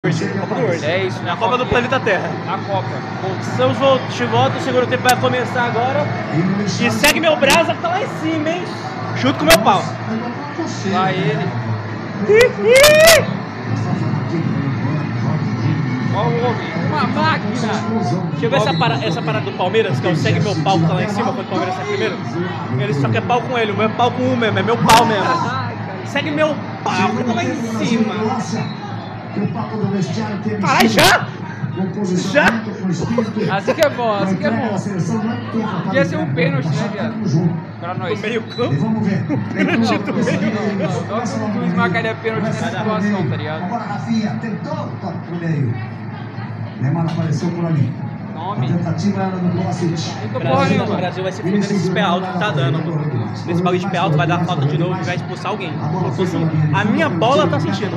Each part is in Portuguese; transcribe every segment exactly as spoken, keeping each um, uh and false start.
Copa do World. É isso, na Copa do Planeta Terra. A Copa. Estamos de volta, o segundo tempo vai começar agora. E segue meu brasa que tá lá em cima, hein? Chuto com meu pau. Lá ele. Olha o homem, uma máquina. Chegou essa, para, essa parada do Palmeiras, que é o segue meu pau que tá lá em cima, quando o Palmeiras tá primeiro. Ele só quer pau com ele, o meu é pau com um mesmo, é meu pau mesmo. Segue meu pau que tá lá em cima. Caralho, já? Já? Assim que é bom, assim que é bom. Podia ser um pênalti, né, viado? Pra nós. No meio campo? Vamos ver. Pênalti do meio. Nossa, que o Ismael marcaria pênalti nessa situação, tá ligado? Agora Rafinha tentou o toque pro meio. Neymar apareceu por ali. A tentativa era do Kovacic. O Brasil, o Brasil vai se fuder nesses pé alto que tá dando. Nesse bagulho de pé alto vai dar falta de novo e vai expulsar alguém. A minha bola tá sentindo.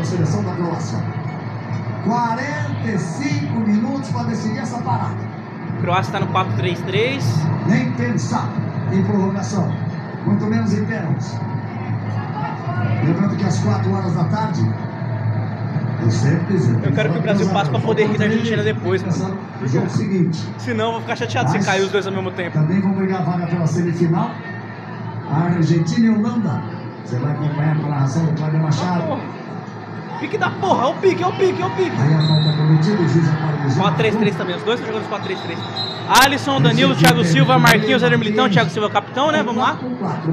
quarenta e cinco minutos para decidir essa parada. Croácia tá no quatro três três. Nem pensar em prorrogação, muito menos em pênaltis. Lembrando que às quatro horas da tarde, eu sempre dizer, eu quero que o Brasil passe para poder rir da Argentina depois, mano. O jogo seguinte. Senão eu vou ficar chateado se cair os dois ao mesmo tempo. Também vão brigar a vaga pela semifinal. A Argentina e a Holanda. Você vai acompanhar com a narração do Cláudio Machado. Pique da porra, é o pique, é o pique, é o pique. Aí a falta cometida, o juiz apareceu. quatro três três também, os dois estão jogando quatro três três. Alisson, Danilo, Thiago Silva, Marquinhos, Éder Militão, Thiago Silva capitão, né? Vamos lá.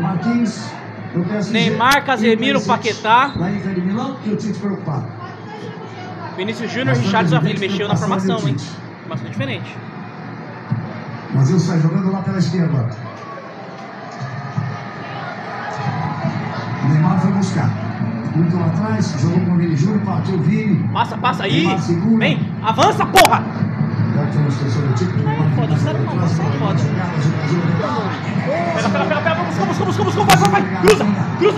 Neymar, Casemiro, Paquetá. Vinícius Júnior, Richarlison, ele mexeu na formação, hein? Formação diferente. Brasil sai jogando lá pela esquerda. Neymar foi buscar. Muito lá atrás, jogou com o Vini Júnior, partiu o Vini. Passa, passa aí. Vem, avança, porra! Foda, os caras não vão, são foda. Pega, pega, pega, pega, busca, busca, busca, busca, vai, vai, vai, cruza, cruza.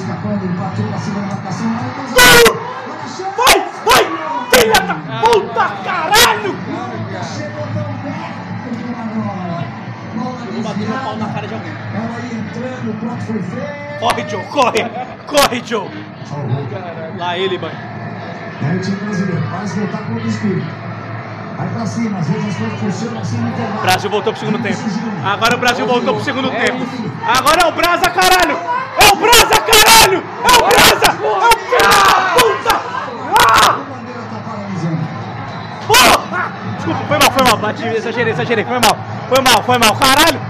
Vai, vai, filha da puta, caralho! Vou bater no pau na cara de alguém. Corre, Joe, corre, corre, Joe. Lá ele, mano. Aí o time brasileiro parece voltar com o espírito. Vai pra cima, às vezes as coisas funcionam assim no intervalo. O Brasil voltou pro segundo tempo. Agora o Brasil voltou pro segundo tempo. Agora é o Brasa, caralho! É o Brasa, caralho! É o Brasa! É o filho da puta! Ah! Porra! Desculpa, foi mal, foi mal. Bati, exagerei, exagerei. Foi mal, foi mal, foi mal. Caralho!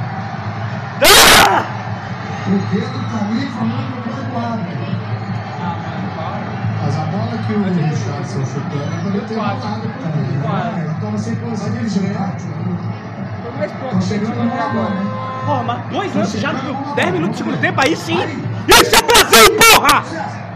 Ah! O Pedro tá ali falando pro quadro. Mas a bola que o Richardson chutando, poderia ter matado pra ele. Ela tava sem posição de jogar. Foi mais pouco, chegando agora. Porra, mas dois lances já no dez minutos do segundo tempo, aí sim! Esse é o Brasil, porra!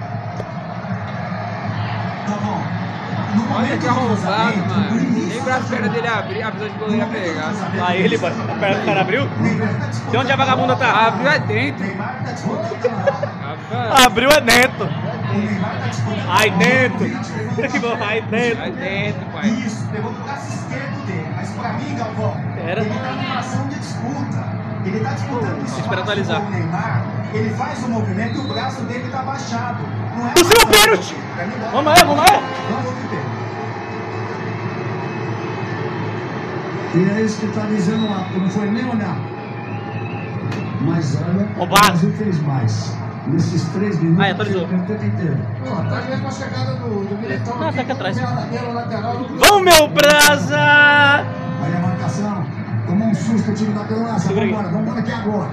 Olha que arrombado, mano. Nem pra perna dele abrir, a visão de goleiro ia pegar. Lá ele, mano. A perna do cara abriu? De onde a vagabunda tá? Abriu é dentro. Abriu é dentro. Aí dentro. Aí dentro. Aí dentro, pai. Isso, pegou pro braço esquerdo dele. Mas pra mim, Galvão, Era. ele tá numa ação de disputa. Ele tá disputando isso. Espera atualizar. O Neymar, ele faz o movimento e o braço dele tá baixado. Não é o seu pênalti! Vamos aí, vamos aí! Vamos ver. E é isso que tá dizendo lá, não foi nem olhar. Mas olha, o Brasil fez mais. Nesses três minutos, ah, atualizou. o tempo inteiro. Ó, tá vendo a chegada do, do Militão. Não, tá aqui atrás. Lateral, vamos, meu Brasa! Aí a marcação, tomou um susto o time da Croácia. Vamos embora, vamos embora aqui agora.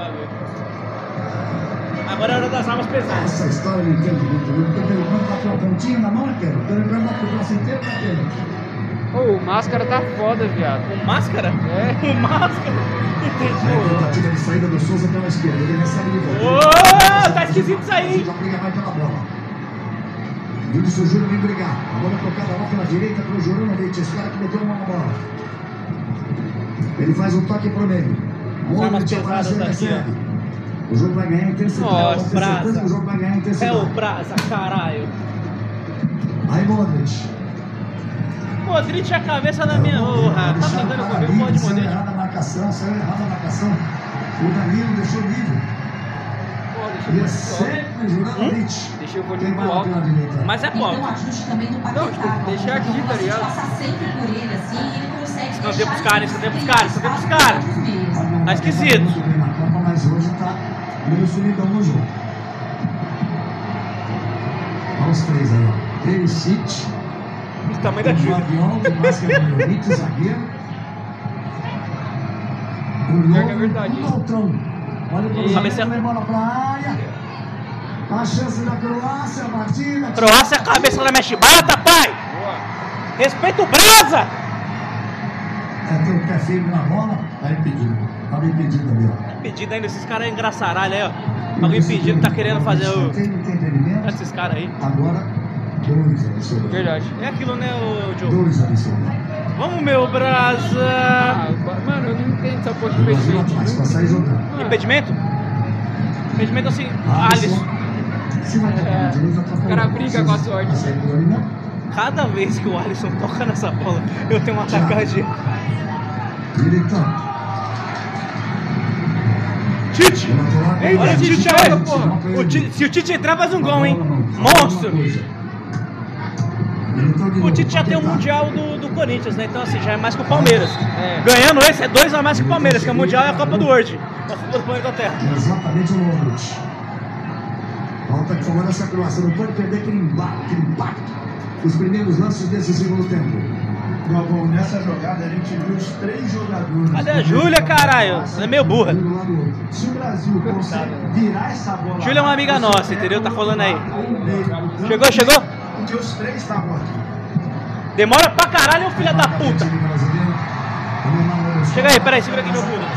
Agora é a hora das armas pesadas. Essa história eu não entendo muito, porque o Pelicano bateu a pontinha na mão, aquele. O Pelicano bateu o braço inteiro, aquele. Ô, o Máscara tá foda, viado. O Máscara? É. O Máscara? Entendi. A tentativa de saída do Souza pela esquerda, ele recebe de volta. Ô, tá esquisito isso aí. Já briga mais pela bola. Vinícius Júnior vem brigar. A bola tocada lá pela direita pro Juranovic, esse cara que meteu uma na bola. Ele faz um toque pro meio. Armas pesadas aqui, ó. O jogo vai ganhar intensidade. Nossa, Brasa. O jogo vai ganhar intensidade. É o Brasa, caralho. Aí, Modric. Modric é a cabeça da minha honra. Tá brincando comigo? Pode, Modric. Saiu errada a marcação, saiu errada a marcação. O Danilo deixou livre. Pô, E é sempre Juranovic. Deixei o Quem volume vai pro lá alto. pela direita? Mas é Tem pô. que ter um ajuste também do Não, Paquetá. tipo, deixar aqui, tá Você ligado? passar sempre por ele, assim, e ele consegue Escanteio deixar pros caras, escanteio pros caras, escanteio pros espaço caras. pros meios. Tá esquisito. Muito bem na Copa, mas hoje tá meio sumidão no jogo. Olha os três aí, ó. Perisic, O tamanho da o Júlia. Guardiola, o Márcio Mirovic, zagueiro. O Pior que é Lobo, verdade. o Daltrão. Olha o cruzamento, Cabeceia- leva bola pra área. A chance da Croácia, a batida. Croácia, cabeça da mexe bata, pai! Boa. Respeita o Brasa! É, tem o pé firme na bola. Tá impedido. Tava impedido ali, ó. Impedido ainda, esses caras é engraçaralho aí, ó. Alguém impedido, tá querendo fazer o. Quem não tem impedimento, Olha esses caras aí. agora, dois ali sobre. Verdade. É aquilo, né, o Joe? Dois ali sobre. Vamos, meu Brasa! Ah, mano, eu não entendo essa porra de Brasil impedimento. atrás, pra sair jogando. Mano, Impedimento? Impedimento assim, Alisson. Alisson. Se vai tocar na direita, atrapalhou. O cara brinca com a sorte. Vai sair por ali, não? Cada vez que o Alisson toca nessa bola, eu tenho um ataque cardíaco. Direitão. Tite! Lateral. Olha o Tite Tite, aí, Tite, não pra O ele. Tite- se o Tite entrar, faz um gol, hein? Fala uma Monstro! coisa. Direitão de O novo, Tite já tem o Paquetá. Mundial do, do Corinthians, né? Então, assim, já é mais que o Palmeiras. É. Ganhando esse é dois a mais que o Palmeiras, que é o Mundial e a Copa do World. A Copa do Planeta Terra. Exatamente o Lombrich. Falta que tomar essa Croácia. Não pode perder aquele embate, aquele impacto. Os primeiros lances desse segundo tempo. Galvão, nessa jogada a gente viu os três jogadores. Cadê a Júlia, caralho? Ela é meio burra. Um do lado do outro. Se o Brasil consegue virar essa bola. Júlia é uma amiga nossa, entendeu? Tá rolando aí. Chegou, Chegou, chegou? Porque os três estavam aqui. Demora pra caralho, ô filha da puta. Chega aí, peraí, segura aqui meu pulo.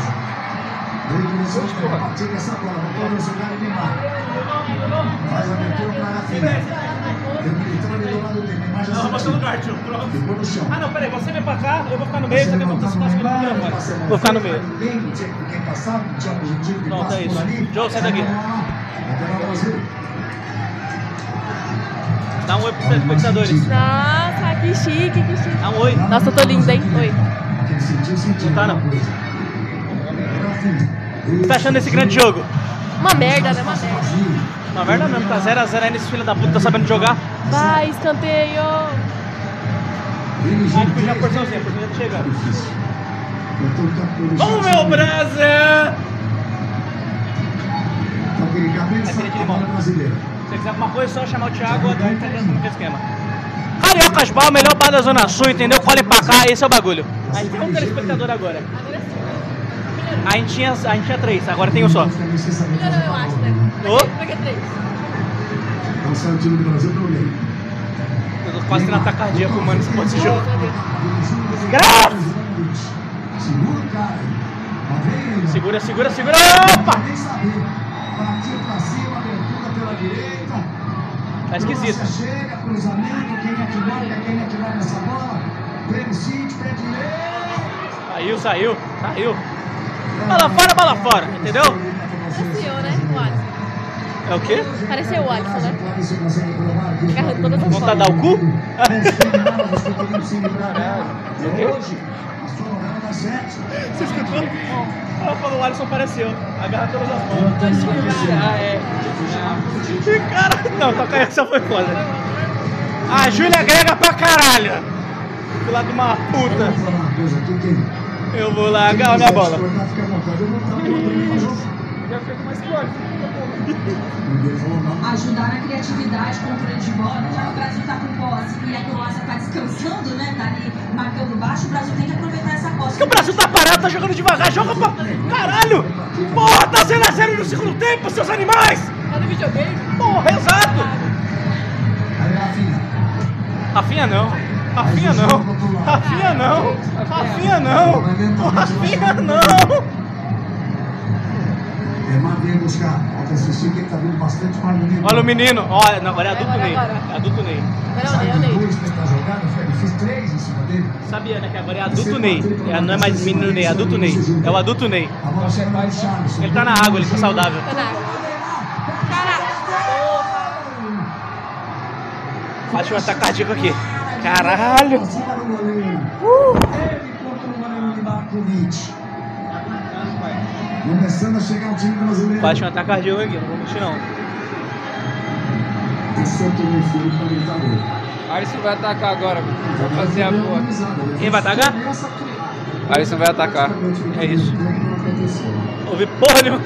Essa bola, botou no lugar de Neymar. Faz a abertura para a Rafinha. Tem o Militão ali do lado dele. Imagem Não, assim. no lugar, tio. Pronto. Ficou no chão. Ah, não, peraí, você vem pra cá, eu vou ficar no meio, você tem que levantar ficar no segurando o Neymar, microfone. passa a mão Vou ficar no frente, meio. mas ninguém, não tinha com quem passar, não tinha objetivo de Pronto, passe é isso. por ali. Joe, sai daqui. Lateral Brasil. Dá um oi pros espectadores. Nossa, que chique, que chique. Dá um oi. Nossa, eu tô linda, hein? Oi. Aquele sentiu, sentiu. Não tá, não. alguma coisa. Rafinha. O que você tá achando desse grande jogo? Uma merda, né? Uma merda. Uma merda mesmo, tá zero a zero aí nesse filho da puta, tá sabendo jogar. Vai, escanteio. Acho que já a porçãozinha, a porçãozinha tá chegando. Vamos, Vamos, meu Brasa! Aquele cabeça, Aquele de a bola limão. brasileira. Se você quiser alguma coisa, é só chamar o Thiago ou a Dani, tá dentro do esquema. Cariocas Bal, melhor bar da Zona Sul, entendeu? Colhem pra cá, esse é o bagulho. A gente tem um telespectador agora. A gente tinha, a gente tinha três, agora tem um só. Também sem saber Não, não, eu acho, né? Ô. Por que três? Então sai o time do Brasil pra olhar. Eu tô quase tendo ataque cardíaco, mano, esse ponto de jogo. Desgraça! Segura o cara aí. Tá vendo? Segura, segura, segura. Opa! Nem saber. Partiu pra cima, abertura pela direita. Tá esquisito. Croácia chega, cruzamento, quem é que marca, quem é que vai nessa bola? Perisic, pé direito. Saiu, saiu, saiu. Bola fora, bola fora, entendeu? Pareceu, né? O Alisson. É o quê? Pareceu o Alisson, né? Clarice consegue provar que Agarrando todas as Vontade de dar o cu? Hoje, a sua novela das sete. Você escutou? Ela falou, o Alisson apareceu. Agarra todas as mãos. Ah, é. Que cara. Não, toca essa foi foda. A Júlia agrega pra caralho. Do lado de uma puta. Vou falar uma coisa aqui, quem? Eu vou lá agarrar minha bola. Fica à vontade, eu vou estar podendo fazer. Já fica mais que o Alisson. Ninguém falou não. Ajudar na criatividade, controle de bola, já que o Brasil tá com posse e a Croácia tá descansando, né? Tá ali marcando baixo, o Brasil tem que aproveitar essa posse. Porque o Brasil tá parado, tá jogando devagar, joga pra. Caralho! Porra, tá zero a zero no segundo tempo, seus animais! Tá no videogame? Porra, exato! Aí, Rafinha. Rafinha não. Rafinha não. Rafinha não. Rafinha não. Rafinha não. Neymar vem buscar. Falta assistir que ele tá vendo bastante mais menino. Olha o menino. Olha, não, agora é adulto Agora, Ney. agora. É adulto Ney. Não, Sabe eu que nem. dois tentar jogar, não foi? Ele fez três em cima dele. Sabia, né? Que agora é adulto Ney. É, não é mais menino Ney, é adulto Ney. É o adulto Ney. A bola chega no Charles. Ele tá na água, ele tá saudável. Tá na água. Acho um ataque cardíaco aqui. Caralho! Pra cima do goleiro. Ele contra o goleiro de Markovic. Começando a chegar o time brasileiro. Quase tinha um ataque cardíaco aqui, não vou mentir não. Tem Santo no fundo para gritar gol. Alisson vai atacar agora. Vai fazer a boa. Quem vai atacar? Alisson vai atacar. É isso. Ouvi porra nenhuma.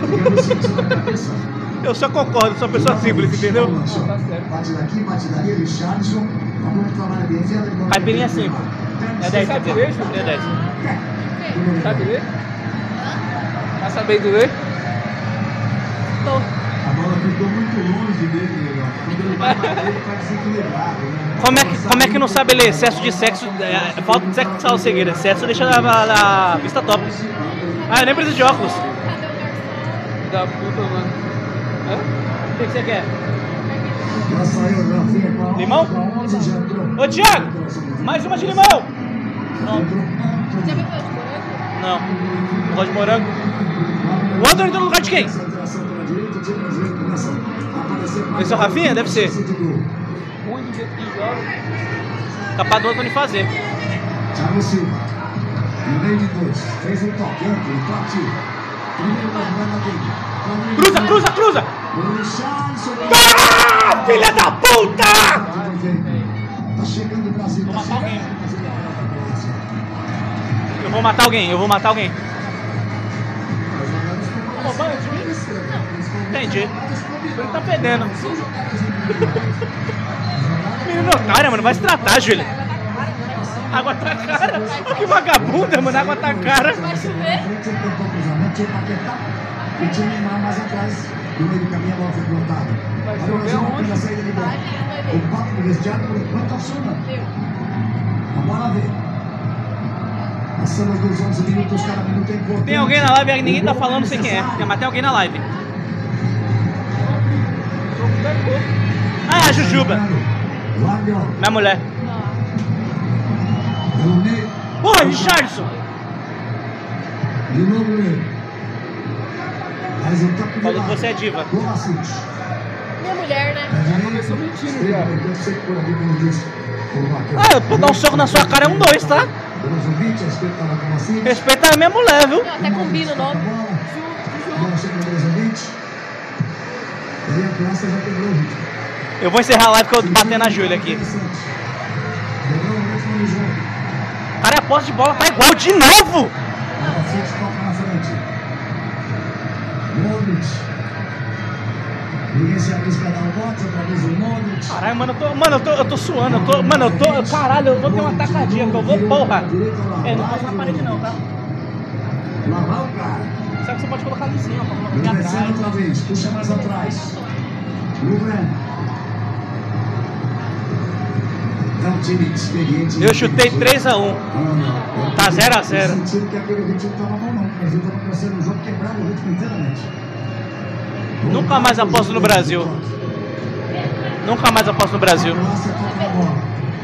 Eu só concordo, sou uma pessoa simples, entendeu? Tá certo. Bate daqui, bate dali, Richarlison. A bola trabalha bem. Caipirinha é cinco. É dez, Sabe quer ler, dizer. Júlio? É dez. Sabe ler? Tá sabendo ler? Tô. A bola ficou muito longe dele, né? Quando ele vai bater, ele tá desequilibrado, né? Como é, que, como é que não sabe ler? Excesso de sexo, é, falta de sexo salva cegueira. Excesso deixa a, a, a vista top. Ah, eu nem preciso de óculos. Da puta, mano. Hã? O que, que você quer? Já saiu, Rafinha com a Limão? com a onze, já entrou. Ô, Thiago! Mais uma de limão! Pronto. Já viu coisa de morango? Não. Não gosto de morango. O Antônio entrou no lugar de quem? Essa interação pela direita, o time brasileiro começa a aparecer mais. Esse é o Rafinha? Deve ser. Ruim do jeito que joga. Capaz do Antônio fazer. Thiago Silva. No meio de dois. Fez um toque, amplo, partiu. Primeiro na jogada dele. Cruza, cruza, cruza! O Richarlison. Ah, filha da puta! Tá chegando o Brasil. Vou Tá matar alguém. chegando. Eu vou matar alguém, eu vou matar alguém. Entendi. Ele tá perdendo. Menino otário, mano. Vai se tratar, Júlia. Água tá cara. Olha que vagabunda, mano. Água tá cara. Vai chover? O time mais atrás. No meio do caminho a bola foi plantada. Vai Olha o chover Brasil aonde? pela saída de bola. O papo do vestiário por enquanto tá funcionando. A bola vem. Passamos dos onze minutos, cada minuto é importante. Tem alguém na live aí, ninguém tá falando, não sei quem é. Mas tem alguém na live. Ah, é a Jujuba. Guardiol. Minha mulher. Brunet. Porra, Richardson. De novo ele. Mais um toque de Falou que lado. você é diva. Kovacic. Minha mulher, né? Começou mentindo já. Eu sei que por aqui, como disse. Ah, eu vou dar um soco na sua cara, é um dois, tá? Brozovic, a esquerda tava com Kovacic. Respeita a minha mulher, viu? Eu até combino o nome. A bola chega no Brozovic. Ele a classe já quebrou o ritmo. Eu vou encerrar a live que eu bater na Júlia aqui. Quebrou o ritmo do jogo. Cara, a posse de bola tá igual de novo! Kovacic toca na frente. Modric. Ninguém se arrisca a dar o bote, outra vez o Modric. Caralho, mano, eu tô, mano, eu tô, eu tô suando, eu tô, mano, eu tô, caralho, eu vou ter uma atacadinha, que eu vou, porra. É, não passa na parede não, tá? Lá vai o cara. Sabe que você pode colocar ali em cima, pra colocar aqui Descendo atrás. outra vez, puxa mais atrás. Luven. É um time experiente. Eu chutei três a um. Não, não. Tá zero a zero. Eu senti que aquele ritmo tava bom, não. Mas eu tava começando o jogo quebrando o ritmo inteiramente. Nunca mais aposto no Brasil. Nunca mais aposto no Brasil. Nossa, toca na bola.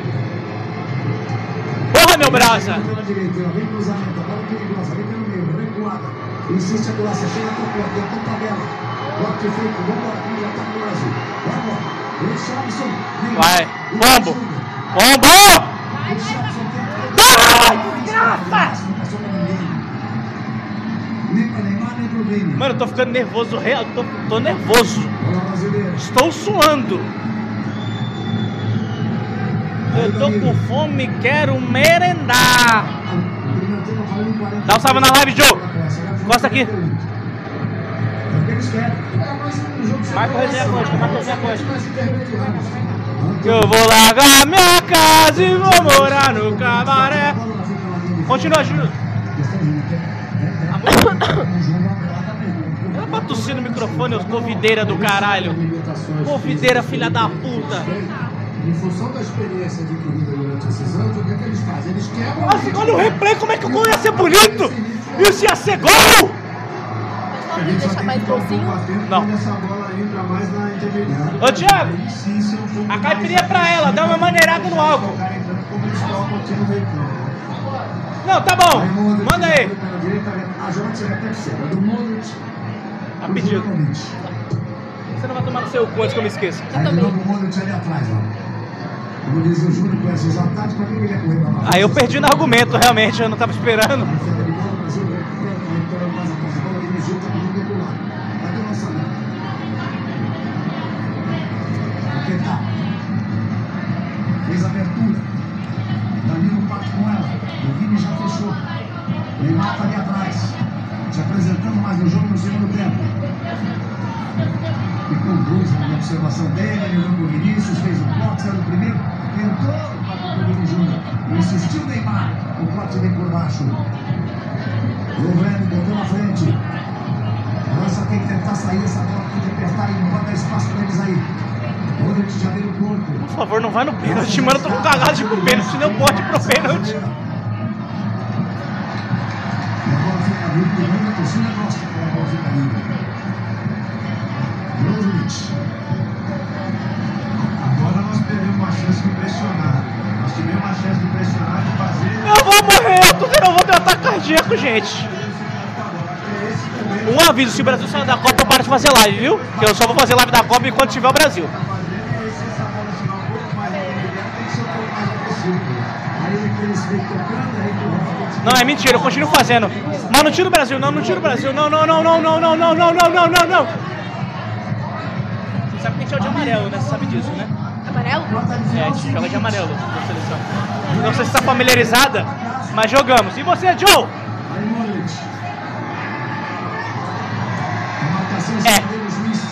Porra, meu brasa! Pela direita, vem cruzamento, a bola perigosa, vem pelo meio, recuada. Insiste a Golácia, chega a tocou, tentou tabela. Corte feito, vambora, aqui já tá no Brasil. Vai embora. Richarlison. vem. Vai. Pombo. Pombo! Richarlison Ai, desgraça! Não passou pra ninguém. Nem pra Neymar, nem pro Vini. Mano, eu tô ficando nervoso, real, tô, tô nervoso. Bola brasileira. Estou suando. Eu tô com fome, quero merendar. Primeiro tempo, falando em quarenta. Dá um salve na live, Joe. Encosta aqui. É o que eles querem. Marca o resenha coxa, marca o resenha coxa. Eu vou largar minha casa e vou morar no cabaré. Continua, Júlio. Ela pra tossir no microfone, os covideira do caralho. Covideira, filha da puta. Em função da experiência adquirida durante esses anos, o que é que eles fazem? Eles quebram. Nossa, olha o replay, como é que o gol ia ser bonito? Isso ia ser gol! Mas pode deixar mais golzinho? Não. Essa bola entra mais na intermediária. Ô, Thiago, Aí sim, ser um pouco a mais caipirinha é pra ela, dá uma maneirada no álcool. O cara entrando como eles colocam o time no meio campo. Não, tá bom, manda aí. Pela direita, a jogada se repete sempre. Do Modric. A pedido. Brunovic. Você não vai tomar no seu cu antes que eu me esqueça. Aí de novo o Modric ali atrás, ó. Como diz o Júnior, conhece os ataques, pra que ele ia correr pra lá? Aí eu perdi no argumento, realmente, eu não tava esperando. Saída de bola, o Brasil recuperando mais a posse de bola, Paquetá. Fez abertura. Danilo parte com ela. O Vini já fechou. Neymar está ali atrás. Se apresentando mais no jogo no segundo tempo. Ficou dois na observação dele. Ele olhou para o Vinícius, fez o corte, saiu do primeiro. Entrou para o Vini Júnior. Insistiu Neymar. O corte vem por baixo. O Velho botou na frente. Nossa, tem que tentar sair dessa bola, tem que apertar e não vai dar espaço para eles aí. Modric já veio no corpo. Por favor, não vai no pênalti, mano. Eu tô com cagado de ir pro pênalti, senão pode ir pro pênalti. E a bola fica livre, e a torcida gosta quando a bola fica livre. Modric. Agora nós tivemos uma chance de pressionar. Nós tivemos uma chance de pressionar, de fazer. Eu vou morrer, eu, tô, eu vou ter um ataque cardíaco, gente. Um aviso, se o Brasil sair da Copa, eu paro de fazer live, viu? Porque eu só vou fazer live da Copa enquanto tiver o Brasil. Não, é mentira, eu continuo fazendo. Mas não tira o Brasil, não, não tira o Brasil. Não, não, não, não, não, não, não, não, não, não, não, não. Você sabe que a gente é o de amarelo, né? Você sabe disso, né? Amarelo? É, a gente joga de amarelo na seleção. Não sei se está familiarizada, mas jogamos. E você, Joe? É.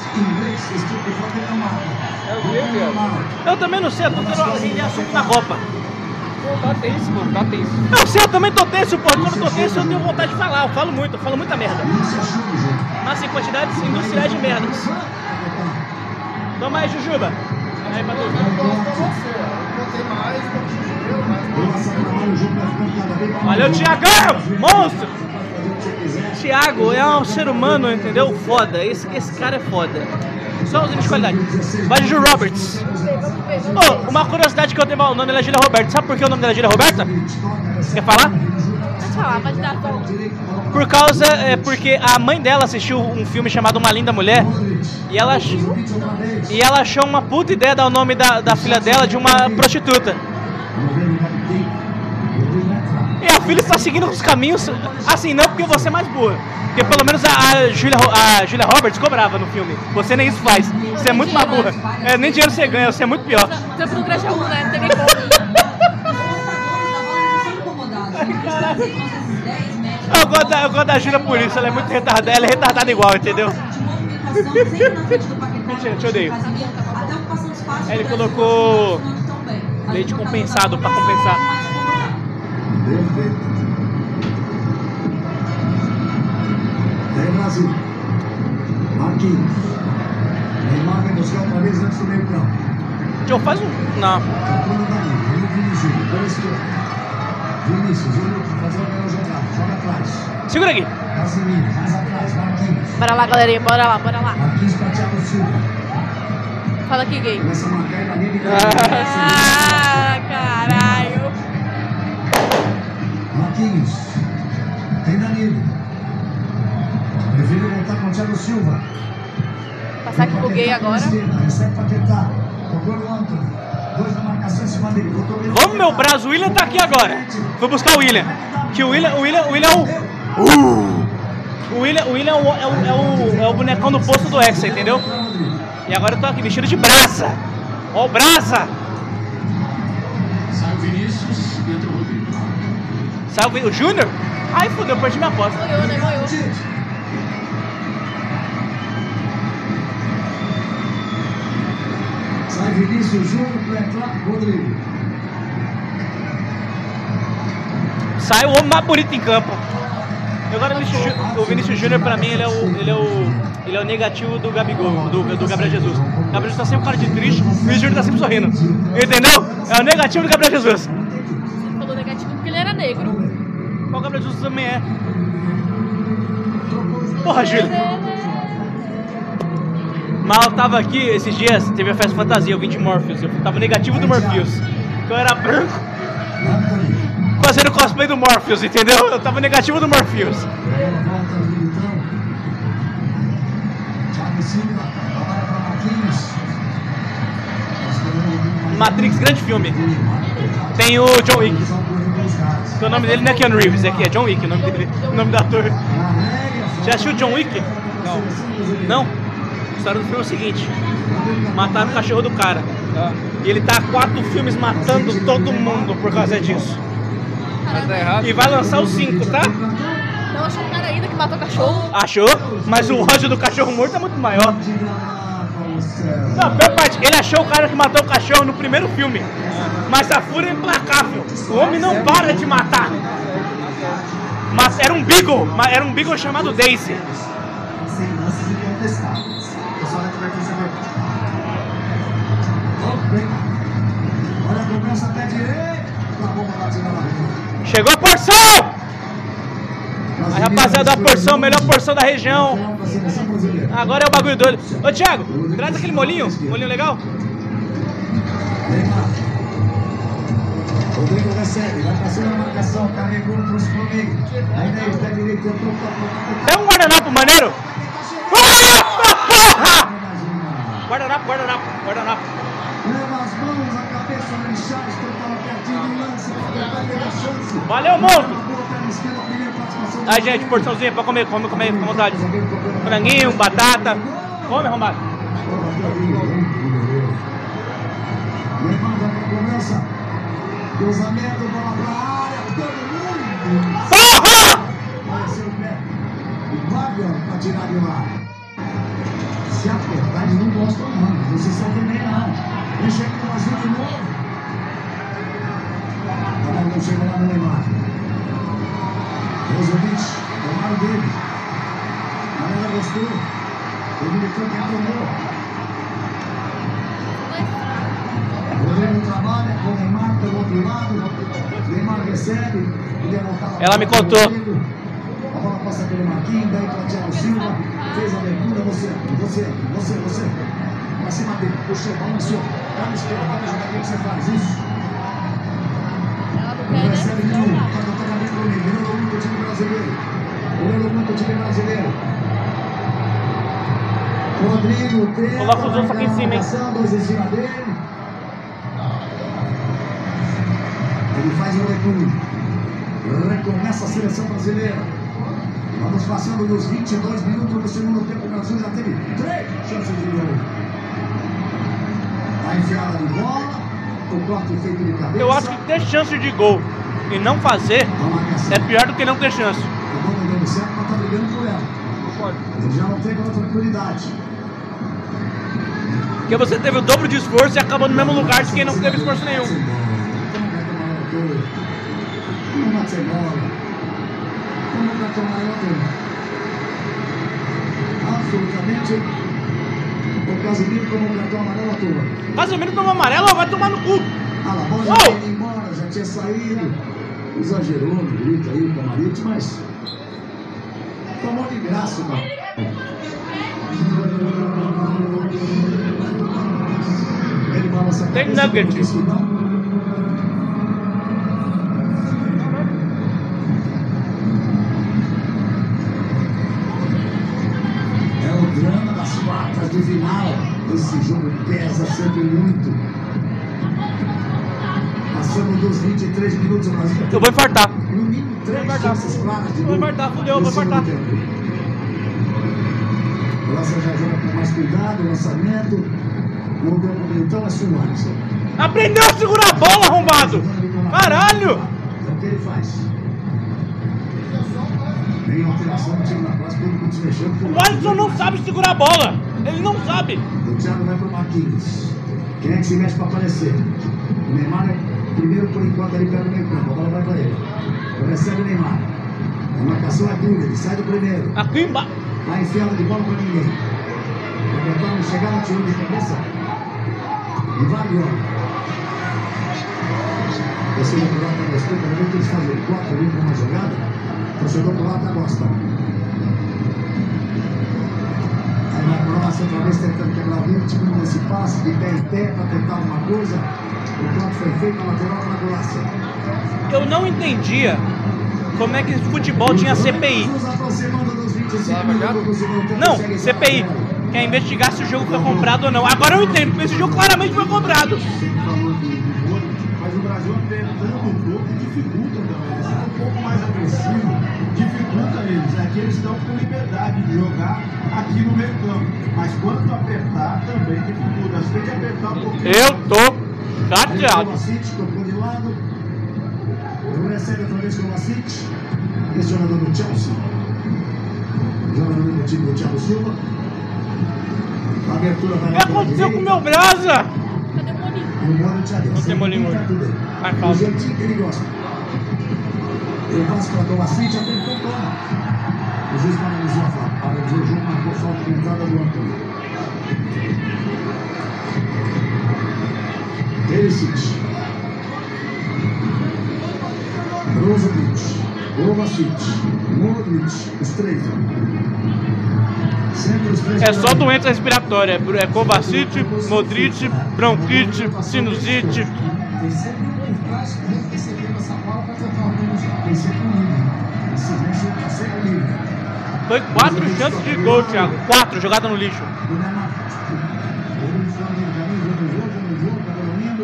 Eu também não sei, eu tô tendo render assunto na Copa. Pô, tá tenso, mano, tá tenso. Eu sei, eu também tô tenso, pô. Quando eu tô tenso, eu tenho vontade de falar. Eu falo muito, eu falo muita merda. Mas em quantidades industriais de merdas. Toma aí, Jujuba. Aí, pra tu. Valeu, Thiagão! Monstro! Thiago é um ser humano, entendeu? Foda. Esse, esse cara é foda. Só os de qualidade. Vai, Ju Roberts. Oh, uma curiosidade que eu tenho, o nome dela é Júlia Roberta. Sabe por que o nome dela é Júlia Roberta? Quer falar? Pode falar, pode dar tom. Por causa, é porque a mãe dela assistiu um filme chamado Uma Linda Mulher e ela, e ela achou uma puta ideia dar o nome da, da filha dela de uma prostituta. E a filha está seguindo os caminhos, assim, não porque você é mais boa. Porque pelo menos a, a, Julia, a Julia Roberts cobrava no filme. Você nem isso faz. Você é muito mais burra. É, nem dinheiro você ganha, você é muito pior. Trampo no Grajaú, né? Não tem nem como. Eu gosto, da, eu gosto da Júlia por isso, ela é muito retardada, ela é retardada igual, entendeu? Mentira, te odeio. Aí ele colocou leite compensado pra compensar. Perfeito. E aí, Brasil. Marquinhos. Neymar vai buscar outra vez antes do meio campo. Joe, faz um... Não. Tocou no Danilo. Danilo Vinícius. Pela esquerda. Vinícius. Ele fazer o melhor jogada. Joga atrás. Segura aqui. Casemiro. Mais atrás. Marquinhos. Bora lá, galerinha. Bora lá, bora lá. Marquinhos para Thiago Silva. Fala aqui, gay. Começa a marcar e Danilo e Ah, caralho. Marquinhos. Tem Danilo. Prefiro voltar com o Thiago Silva. Passar aqui pro gay agora. Recebe Paquetá. Tocou no Antony. Dois na marcação em cima dele. Vamos, meu braço. O William tá aqui agora. Vou buscar o William. Que o William, o William, o William é o... Uh! O William, o William é, o, é, o, é, o, é o bonecão do posto do Hexa, entendeu? E agora eu tô aqui vestido de brasa. Ó o brasa. Sai o Vinícius e entra o Rodrigo. Sai o, o Júnior? Ai, fodeu, eu perdi minha aposta. Moiou, né? Moiou. Sai Vinícius Júnior para entrar Rodrigo. Sai o homem mais bonito em campo. E agora o Vinícius, Jú- o Vinícius Júnior, pra mim, ele é, o, ele, é o, ele é o negativo do Gabigol, do, do Gabriel Jesus. O Gabriel Jesus tá sempre com cara de triste, o Vinícius Júnior tá sempre sorrindo. Entendeu? É o negativo do Gabriel Jesus. Você falou negativo porque ele era negro. O Gabriel Jesus também é. Porra, Júlio. Mas eu tava aqui esses dias, teve a festa fantasia, eu vim de Morpheus. Eu tava negativo do Morpheus. Então eu era branco, fazendo cosplay do Morpheus, entendeu? Eu tava negativo do Morpheus. Volta do Militão. Thiago Silva. Agora para Marquinhos. Matrix, grande filme. Tem o John Wick. Que o nome dele não é Keanu Reeves, é, é John Wick, o nome dele, o nome do ator. Já assistiu John Wick? Não. Não? A história do filme é o seguinte: Mataram o cachorro do cara. Tá. E ele tá há quatro filmes matando todo mundo por causa disso. Mas tá errado. E vai lançar os cinco, tá? Não achou o cara ainda que matou o cachorro. Achou? Mas o ódio do cachorro morto é muito maior. Não, a pior parte, ele achou o cara que matou o cachorro no primeiro filme. Mas a fúria é implacável. O homem não para de matar. Mas era um beagle, mas era um beagle chamado Daisy. Sem lances incontestáveis. O pessoal vai tiver que saber. Olha a cobrança pé direito. A bomba batida na rua. Chegou a porção! Aí, rapaziada, a porção, melhor porção da região. Agora é o bagulho doido. Ô, Thiago, traz aquele molinho, molinho legal. Neymar. Rodrigo recebe, vai pra cima da marcação, carregou para os Flamengo. Ainda ele pé direito, tentou para Tem um guardanapo maneiro? Porra! Guardanapo, guardanapo, guardanapo. Leva as mãos, a cabeça no Richard, estava pertinho do lance, para pegar a chance. Valeu, monstro! Aí, gente, porçãozinha pra comer, come, come, com vontade. Franguinho, batata. Come, arrombado. Levanta a cobrança. Cruzamento, bola pra área, todo mundo. Porra! Apareceu o pé. O Wagner pra tirar de lá. Se apertar, eles não gostam não. Vocês são também não. Vem chegando o azul de novo. A bola não chega lá no Neymar. Brozovic, tomaram dele. A galera gostou. O militar que tomou. Rodrigo trabalha com o Neymar pelo outro lado. Neymar recebe. Ela me contou. A bola passa pelo Marquinhos, daí para Thiago Silva. Fez a abertura. Você, você, você, você. Pra cima dele. Puxou, balançou. Tá na esquerda, vai jogar. O que você faz? Isso. Não recebe nenhum. Tá tocando bem comigo. Melhorou muito o time brasileiro. Melhorou muito o time brasileiro. Rodrigo tenta. Coloca os outros aqui em cima, hein? Dois em cima dele. Ele faz o recuo. Recomeça a seleção brasileira. Vamos passando dos vinte e dois minutos do segundo tempo. O Brasil já teve três chances de gol. A enfiada de bola. O corte feito de cabeça. Eu acho que ter chance de gol e não fazer é pior do que não ter chance. A bola dando certo, mas tá brigando por ela. Ele já não tem aquela tranquilidade. Porque você teve o dobro de esforço e acabou no mesmo lugar de quem não teve esforço nenhum. Não bate sem bola. Como o cartão amarelo atua. Absolutamente. O Casemiro como o cartão amarelo atua. Casemiro tomou amarelo, vai tomar no cu. Ah, a bola já ia embora, já tinha saído. Exagerou no grito aí com o Marito, mas tomou de graça, cara. Ele balança a Tem cabeça, nugget. não disse que não. É o drama das quartas de final. Esse jogo pesa sempre muito. Passamos dos vinte e três minutos no Brasil. Eu vou infartar. No mínimo três chances claras de Eu vou gol. infartar, fudeu, eu vou no infartar. segundo tempo. O Lança já joga com mais cuidado, o lançamento. O gol do Milton é Soares. Aprendeu a segurar a bola, arrombado! Caralho! É o que ele faz. Tem alteração no time da próxima, todo mundo se mexendo. O Alisson não sabe segurar a bola! Ele não sabe! O Thiago vai pro Marquinhos. Quem é que se mexe para aparecer? O Neymar é primeiro por enquanto ali perto do meio campo. A bola vai para ele. Recebe o Neymar. A marcação é dura, ele sai do primeiro. Aqui embaixo. Vai enfiando de bola para ninguém. O Bertão chegar no tiro de cabeça. E vai agora. Torcedor do lado gostou, também eles fazem quatro ali com uma jogada. Torcedor do lado gosta. Aí na próxima, outra vez tentando quebrar o ritmo nesse passe, de pé em pé para tentar alguma coisa. O corte foi feito, a lateral na golaça. Eu não entendia como é que futebol tinha C P I. Não, C P I. Quer investigar se o jogo foi comprado ou não. Agora eu entendo, porque esse jogo claramente foi comprado. Mas o Mas o apertando um pouco dificulta também. Eles são um pouco mais agressivos, dificulta eles. É que eles estão com liberdade de jogar aqui no meio campo. Mas quando apertar, também dificulta. Você tem que apertar um pouquinho. Eu tô chateado. Kovacic tocou de lado. Recebe outra vez Kovacic. Esse jogador do Chelsea. Jogador do time do Thiago Silva. A abertura vai O que aconteceu com o meu brasa? Cadê o Molinho? Não tem molinho hoje. Vai, O falta. jeitinho que ele gosta. Ele passa para Kovacic, apertou, toma. O juiz analisou a falta. Analisou o jogo, marcou falta de entrada do Antônio. Perisic. Brozovic. Kovacic. Modric. Os três. Sempre os três. É só doença respiratória. É Kovacic, Modric, bronquite, sinusite. Tem sempre um por trás recebendo essa bola para tentar organizar. Tem sempre um livre. Esse lixo está sempre livre. Foi quatro chances de gol, Thiago. Quatro, jogada no lixo. Do Neymar. Ele fora do caminho, jogo no jogo, no jogo, tá evoluindo.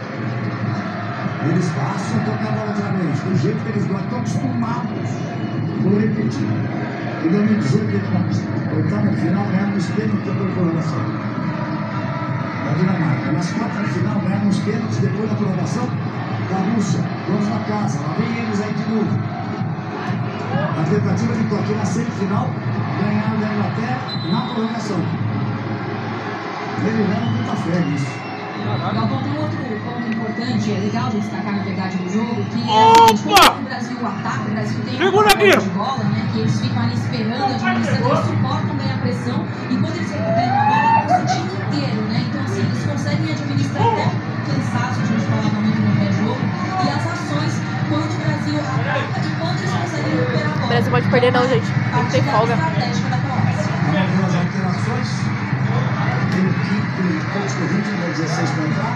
Eles passam, tocam a bola outra vez. Do jeito que eles gostam, estão acostumados. Vou repetir. Em dois mil e dezoito, oitava de final, ganhamos pênalti por prorrogação. Da Dinamarca. Nas quartas de final, ganhamos pênalti depois da prorrogação da Rússia. Vamos na casa. Lá vem eles aí de novo. A tentativa de toque na semifinal, ganharam da Inglaterra na prorrogação. Ele leva muita fé nisso. Galvão, tem outro ponto importante, é legal de destacar na verdade no jogo, que é Opa! o Brasil ataca, o Brasil tem Segura uma aqui! de bola, né, que eles ficam ali esperando, administradores suportam bem a pressão, e quando eles recuperam a bola, é o time inteiro, né, então assim, eles conseguem administrar até o cansaço, a gente falava muito no pré-jogo, e as ações, quando o Brasil ataca e quando eles conseguem recuperar a bola. O Brasil pode perder não, gente. Não tem folga. Estratégica da Croácia. Vamos ver as alterações. Tem o quinto, poucos corridos, né, dezesseis para entrar.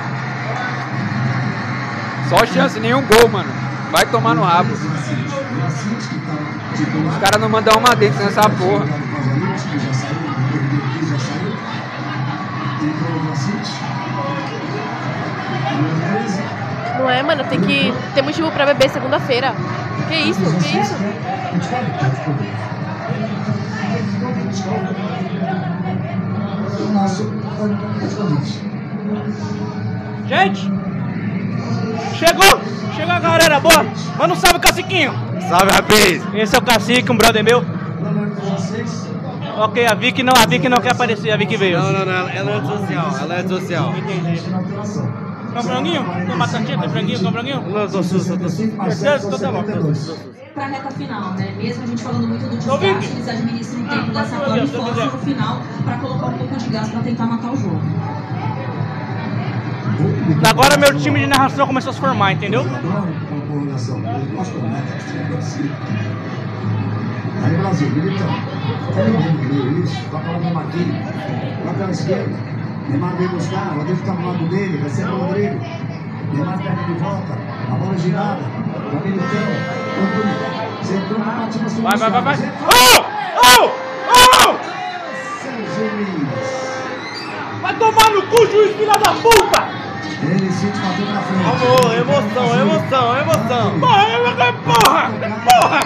Só chance, nenhum gol, mano. Vai tomar no rabo. Os caras não mandam uma dentro nessa porra. Não é, mano? Tem que ter motivo pra beber segunda-feira. Que isso? Que isso? Gente! Chegou! Chegou a galera boa! Manda um salve, Caciquinho! Salve, rapaz! Esse é o Cacique, um brother meu. Ok, a Vicky não, a Vicky não quer aparecer, a Vicky veio. Não, não, não, ela é rede social, ela é rede social. Entendi. Tem franguinho? Tem batatinha? Tem franguinho? Tem franguinho? Não, tô susto, tô susto. Certeza? Então tá bom. Pra reta final, né? Mesmo a gente falando muito do Tô vendo. desgaste, eles administram o tempo Ah, dessa pode forma e olhar, se eu forçam quiser. no final pra colocar um pouco de gás pra tentar matar o jogo. Agora meu time de narração começou a se formar, entendeu? Aí Brasil, Militão. Tá lembrando isso? Vai para o Marquinhos. Vai pela esquerda. Neymar vem buscar. O Rodrigo tá no lado dele. Recebe o Rodrigo. Neymar pega de volta. A bola girada. Vai Militão. Você entrou na parte mais. Vai, vai, vai, vai. Oh! Oh! Oh! Sérgio Luiz. Vai tomar no cu, juiz, filha da puta! Ele se bateu na frente. Vamos, emoção, emoção, emoção. Porra, porra! Porra!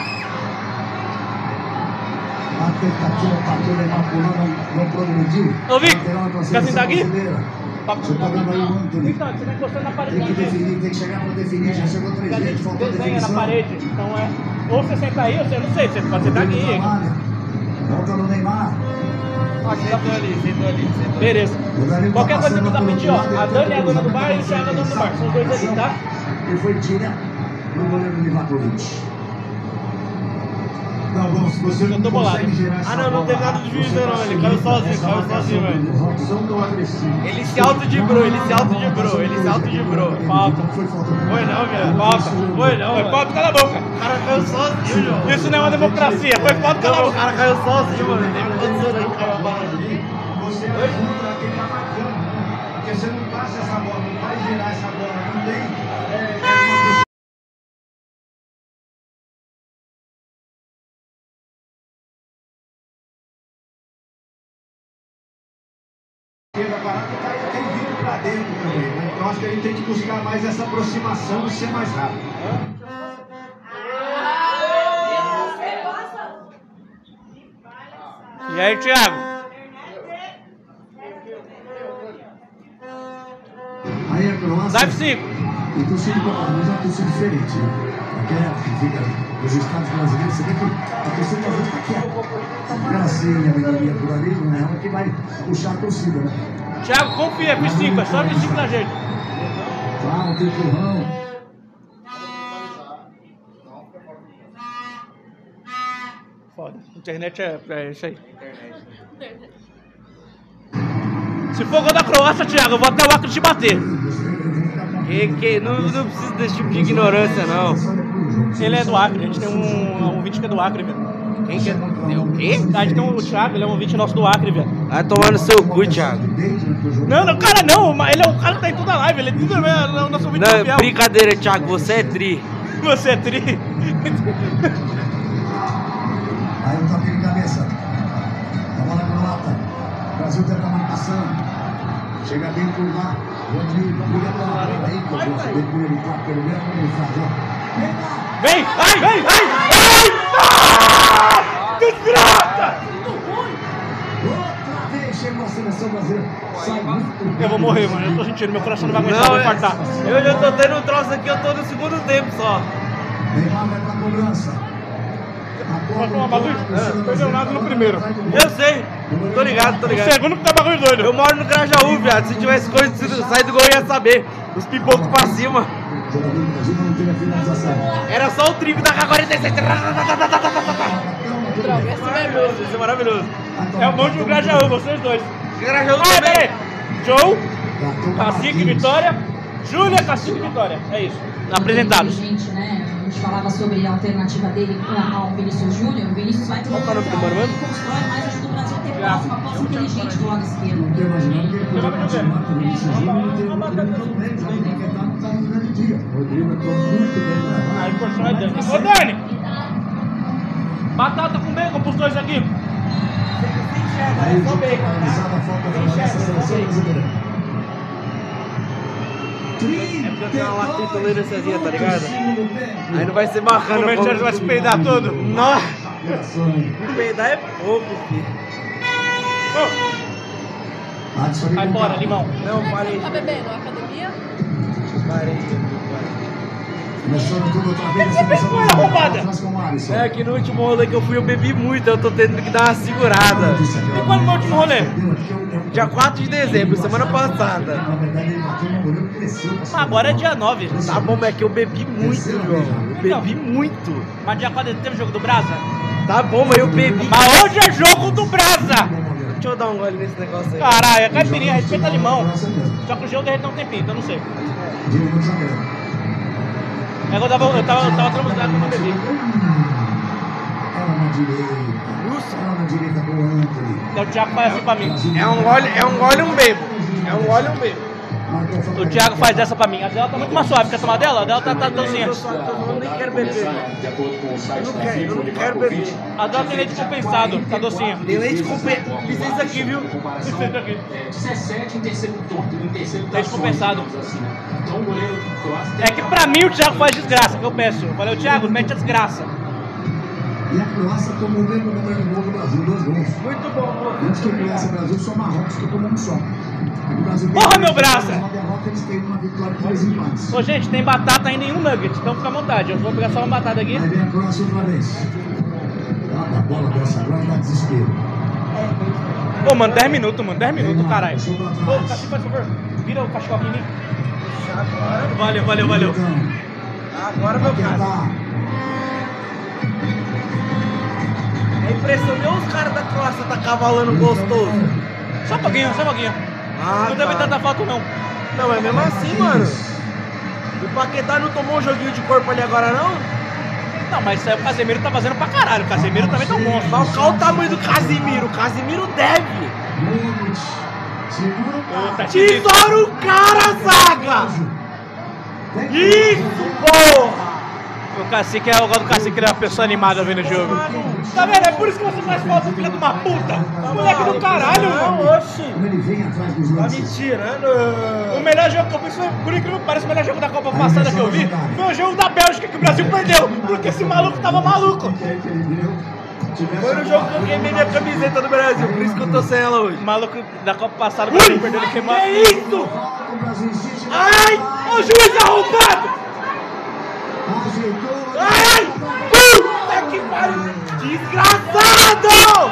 A tentativa bateu o Neymar por lá, não, não progrediu. Ô, Vic, Lateral pra quer seleção sentar aqui? brasileira. Você tá vendo aí o Antony. Então, você tá encostando na parede. Tem que definir, tem que chegar para definir. Já chegou três A vezes, gente faltou desenha na definição. parede, então é... Ou você senta aí, ou você não sei, você pode sentar aqui. Volta no Neymar. Sentou ali, sentou ali, sentou ali. Beleza. O Danilo tá Qualquer coisa que passando precisar pelo pedir, ó. outro lado, A ele Dani é a tenta dona do cruzar, bar e o Thiago é o dono do bar. São os dois ali, tá? Ele foi direto no goleiro Livakovic. Não, bom, se você Eu não tô bolado. consegue gerar essa Ah, não, não teve nada de juiz, não, ele caiu sozinho, caiu sozinho, velho. Os rotos são tão agressivos. Ele se autodibrou, ele se autodibrou, ele se autodibrou. Falta. Foi falta. Foi não, viado. Falta. Foi não, Foi mano. falta, cala a boca. O cara caiu sozinho, João. Isso não é uma democracia. Foi falta, cala a Não, o boca. cara caiu sozinho, mano. Não tem condição de cair a bola ali. Você é contra quem tá marcando, né? Porque você não passa essa bola, não vai gerar essa bola, não tem é, é uma A barata tá, tem vindo pra dentro também, né? Então acho que a gente tem que buscar mais essa aproximação e ser mais rápido. E aí, Thiago? Aí a Croácia. Live cinco. E torcida do Palmeiras é uma torcida diferente, né? Aquela que fica nos estados brasileiros, você vê que a torcida às vezes está quieta. Tá gracinha, a minoria por ali, não é ela que vai puxar a torcida, né? Thiago, confia, F cinco, é só F cinco na gente. Claro, tem empurrão. Foda, internet é, é isso aí. Se for gol da Croácia, Thiago, eu vou até o Acre te bater. Que, que, não, não precisa desse tipo de ignorância, não. Ele é do Acre, a gente tem um, um ouvinte que é do Acre, velho. Quem que é? O quê? A gente tem o Thiago, ele é um ouvinte nosso do Acre, velho. Vai tomar no seu cu, Thiago. Não, não, cara, não, mas ele é o cara que tá em toda a live, ele é tudo mesmo, é o nosso ouvinte Não, fiel. brincadeira, Thiago, você é tri. Você é tri. Aí um toque de cabeça. A bola croata. O Brasil tenta a marcação. Chega bem por lá. Rodrigo, mulher da bola aí, que eu gosto dele, por ele tá pelo menos, como ele faz, ó. Vem, ai, vem, ai, ai! Ah! Desgraça! Outra vez chegou a seleção brasileira. Sai muito. Eu vou morrer, mano, eu tô sentindo, meu coração não vai aguentar, Não, vou é- infartar. eu já tô tendo um troço aqui, eu tô no segundo tempo só. Neymar vai pra cobrança. Pode tomar bagulho? Não perdeu nada no primeiro. Eu sei, tô ligado, tô O ligado. segundo que tá bagulho doido. Eu moro no Grajaú, viado. Se tivesse conhecido sair do gol, eu ia saber. Os pipocos pra cima. O jogador do Brasil não teve a finalização. Era só o trigo da K quarenta e sete. Droga, esse mesmo. Isso é maravilhoso. É o bom de um Grajaú, vocês dois. Grajaú Ah, peraí. também. Joe, Cacique e Vitória. Júlia, Cacique e Vitória. É isso. Apresentados. Gente, né? A gente falava sobre a alternativa dele ao Vinícius Júnior. O Vinícius vai Qual que é o nome do mano mesmo? constrói mais, ajuda o Brasil a ter posse, uma posse inteligente do lado esquerdo. Não tem imaginado que ele podia continuar com o Vinícius Júnior e ter o Rodrigo também, sabe? Porque tá tá no grande dia. O Rodrigo entrou muito bem na Aí, por só é Dani. Ô, Dani! Batata com bacon pros dois aqui. Aí o jogo foi paralisado, a falta favorece a seleção brasileira. É porque eu tenho uma latita lendo essa via, tá ligado? Aí não vai ser bacana. O comerciante vai se peidar todo. Nossa! Peidar é pouco, filho. Vai embora, limão. Não, parei. Tá bebendo? Academia? Parei. Começando tudo outra vez. Você pegou ela roubada? É É que no último rolê que eu fui eu bebi muito, eu tô tendo que dar uma segurada. E quando foi o último rolê? Dia quatro de dezembro, semana passada. Na verdade, ele bateu no goleiro, cresceu. Mas agora é dia nove. Tá bom, mas é que eu bebi muito, João. Eu bebi muito. Mas dia quatro teve jogo do Brasa? Tá bom, mas eu bebi. Mas hoje é jogo do Brasa! Deixa eu dar um gole nesse negócio aí. Caralho, é caipirinha, respeita limão. Só que o gelo derreteu um tempinho, então eu não sei. É que eu tava, eu tava, eu tava transbordado quando eu bebi. Ela na direita. Ela na direita do Anthony. Então o Thiago faz assim pra mim. É um gole, é um gole e um bebo. É um gole e um bebo. O Thiago faz essa pra mim. A dela tá muito mais suave. Quer tomar dela? A dela tá, tá docinha. Eu nem quero beber. Eu não quero, eu não quero beber. A dela tem leite compensado. Tá docinha. Tem leite com pe... Licença aqui, viu? Licença aqui. dezessete em terceiro em terceiro Leite compensado. Então o goleiro Croácia É que pra mim o Thiago faz desgraça, que eu peço. Eu falei, o Thiago, mete a desgraça. E a Croácia tomou o mesmo número de gols do Brasil, dois gols. Muito bom, amor. Antes que Croácia e Brasil, só Marrocos que tomou um só. Aqui o Brasil tem Porra, meu dois, braço! Uma derrota, eles têm uma vitória e três empates. Ô, gente, tem batata ainda em um nugget, então fica à vontade. Eu vou pegar só uma batata aqui. Aí vem a Croácia outra vez. Ela dá a bola dessa agora e dá desespero. Ô, mano, dez minutos, mano, dez minutos, caralho. Deixa eu pra Ô, trás. Cacique, faz favor. Vira o cachecol aqui em mim. Valeu, valeu, valeu. Então, Agora, meu cara. apertar. É impressão meu, os caras da Croácia tá cavalando gostoso. Só um pouquinho, só um pouquinho. Ah, Não teve tá. tanta falta, não. Não, é mesmo assim, mano. O Paquetá não tomou um joguinho de corpo ali agora, não? Não, mas isso aí o Casemiro tá fazendo pra caralho. O Casemiro também tá um monstro. Mas qual o tamanho do Casimiro? O Casimiro deve. Muito. Segura o Puta cara. que Tesoura o cara, zaga! Isso, porra! O Cacique é o gosto do Cacique, ele é uma pessoa animada vendo o jogo. Tá vendo? É por isso que você faz falta, filho de uma puta! Moleque do caralho, mano! Oxi! Ele vem atrás dos Tá lances. me tirando! O melhor jogo que eu fiz foi, por incrível que pareça, o melhor jogo da Copa passada que eu vi foi o jogo da Bélgica que o Brasil perdeu, porque esse maluco tava maluco! Foi no jogo que eu queimei minha camiseta do Brasil, por isso que eu tô sem ela hoje. O maluco da Copa passada, o Brasil perdendo queimado. Que isso? Ai! Ô juiz arrombado! Ai! Puta que pariu! Desgraçado!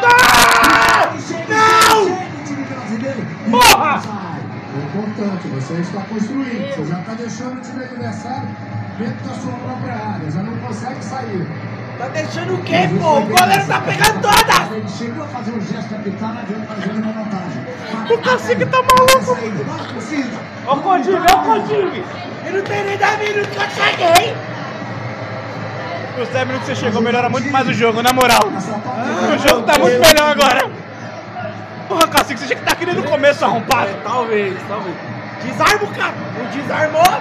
Não! Não! Porra! É importante, você está construindo, você já está deixando o time adversário dentro da sua própria área, já não consegue sair. Tá deixando o quê, pô? O goleiro tá pegando todas! Ele chegou a fazer um gesto capital, não adianta fazer uma vantagem. O Cacique tá maluco! Ó o Codinho, ó o Codinho! Eu não tenho nem dez minutos que eu cheguei! Os dez minutos que você chegou melhora muito mais o jogo, na moral. O jogo tá muito melhor agora. Porra, Cacique, você tinha que estar aqui desde o começo, arrombado. É, talvez, talvez. Desarma o cara! O desarmou!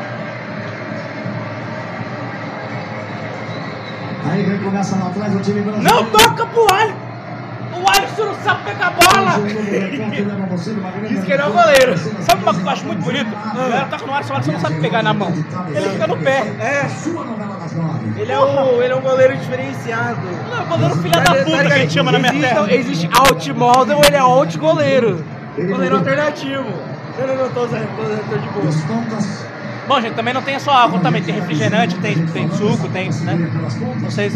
Aí vem, começa lá atrás o time brasileiro. Não toca pro Alisson! O Alisson não sabe pegar a bola! Diz que ele é o goleiro. Sabe uma coisa que eu acho muito bonito? A galera toca no Alisson, o Alisson não sabe pegar na mão. Ele fica no pé. É. Ele é, o, ele é um goleiro diferenciado. Não, é o goleiro filha da puta que a gente chama na minha terra. Existe out model, ele é out goleiro. Goleiro alternativo. Não, não, não, tô usando, tô usando, tô de boa. Bom, gente, também não tem só álcool, também tem refrigerante, tem, tem suco, tem, né? Vocês,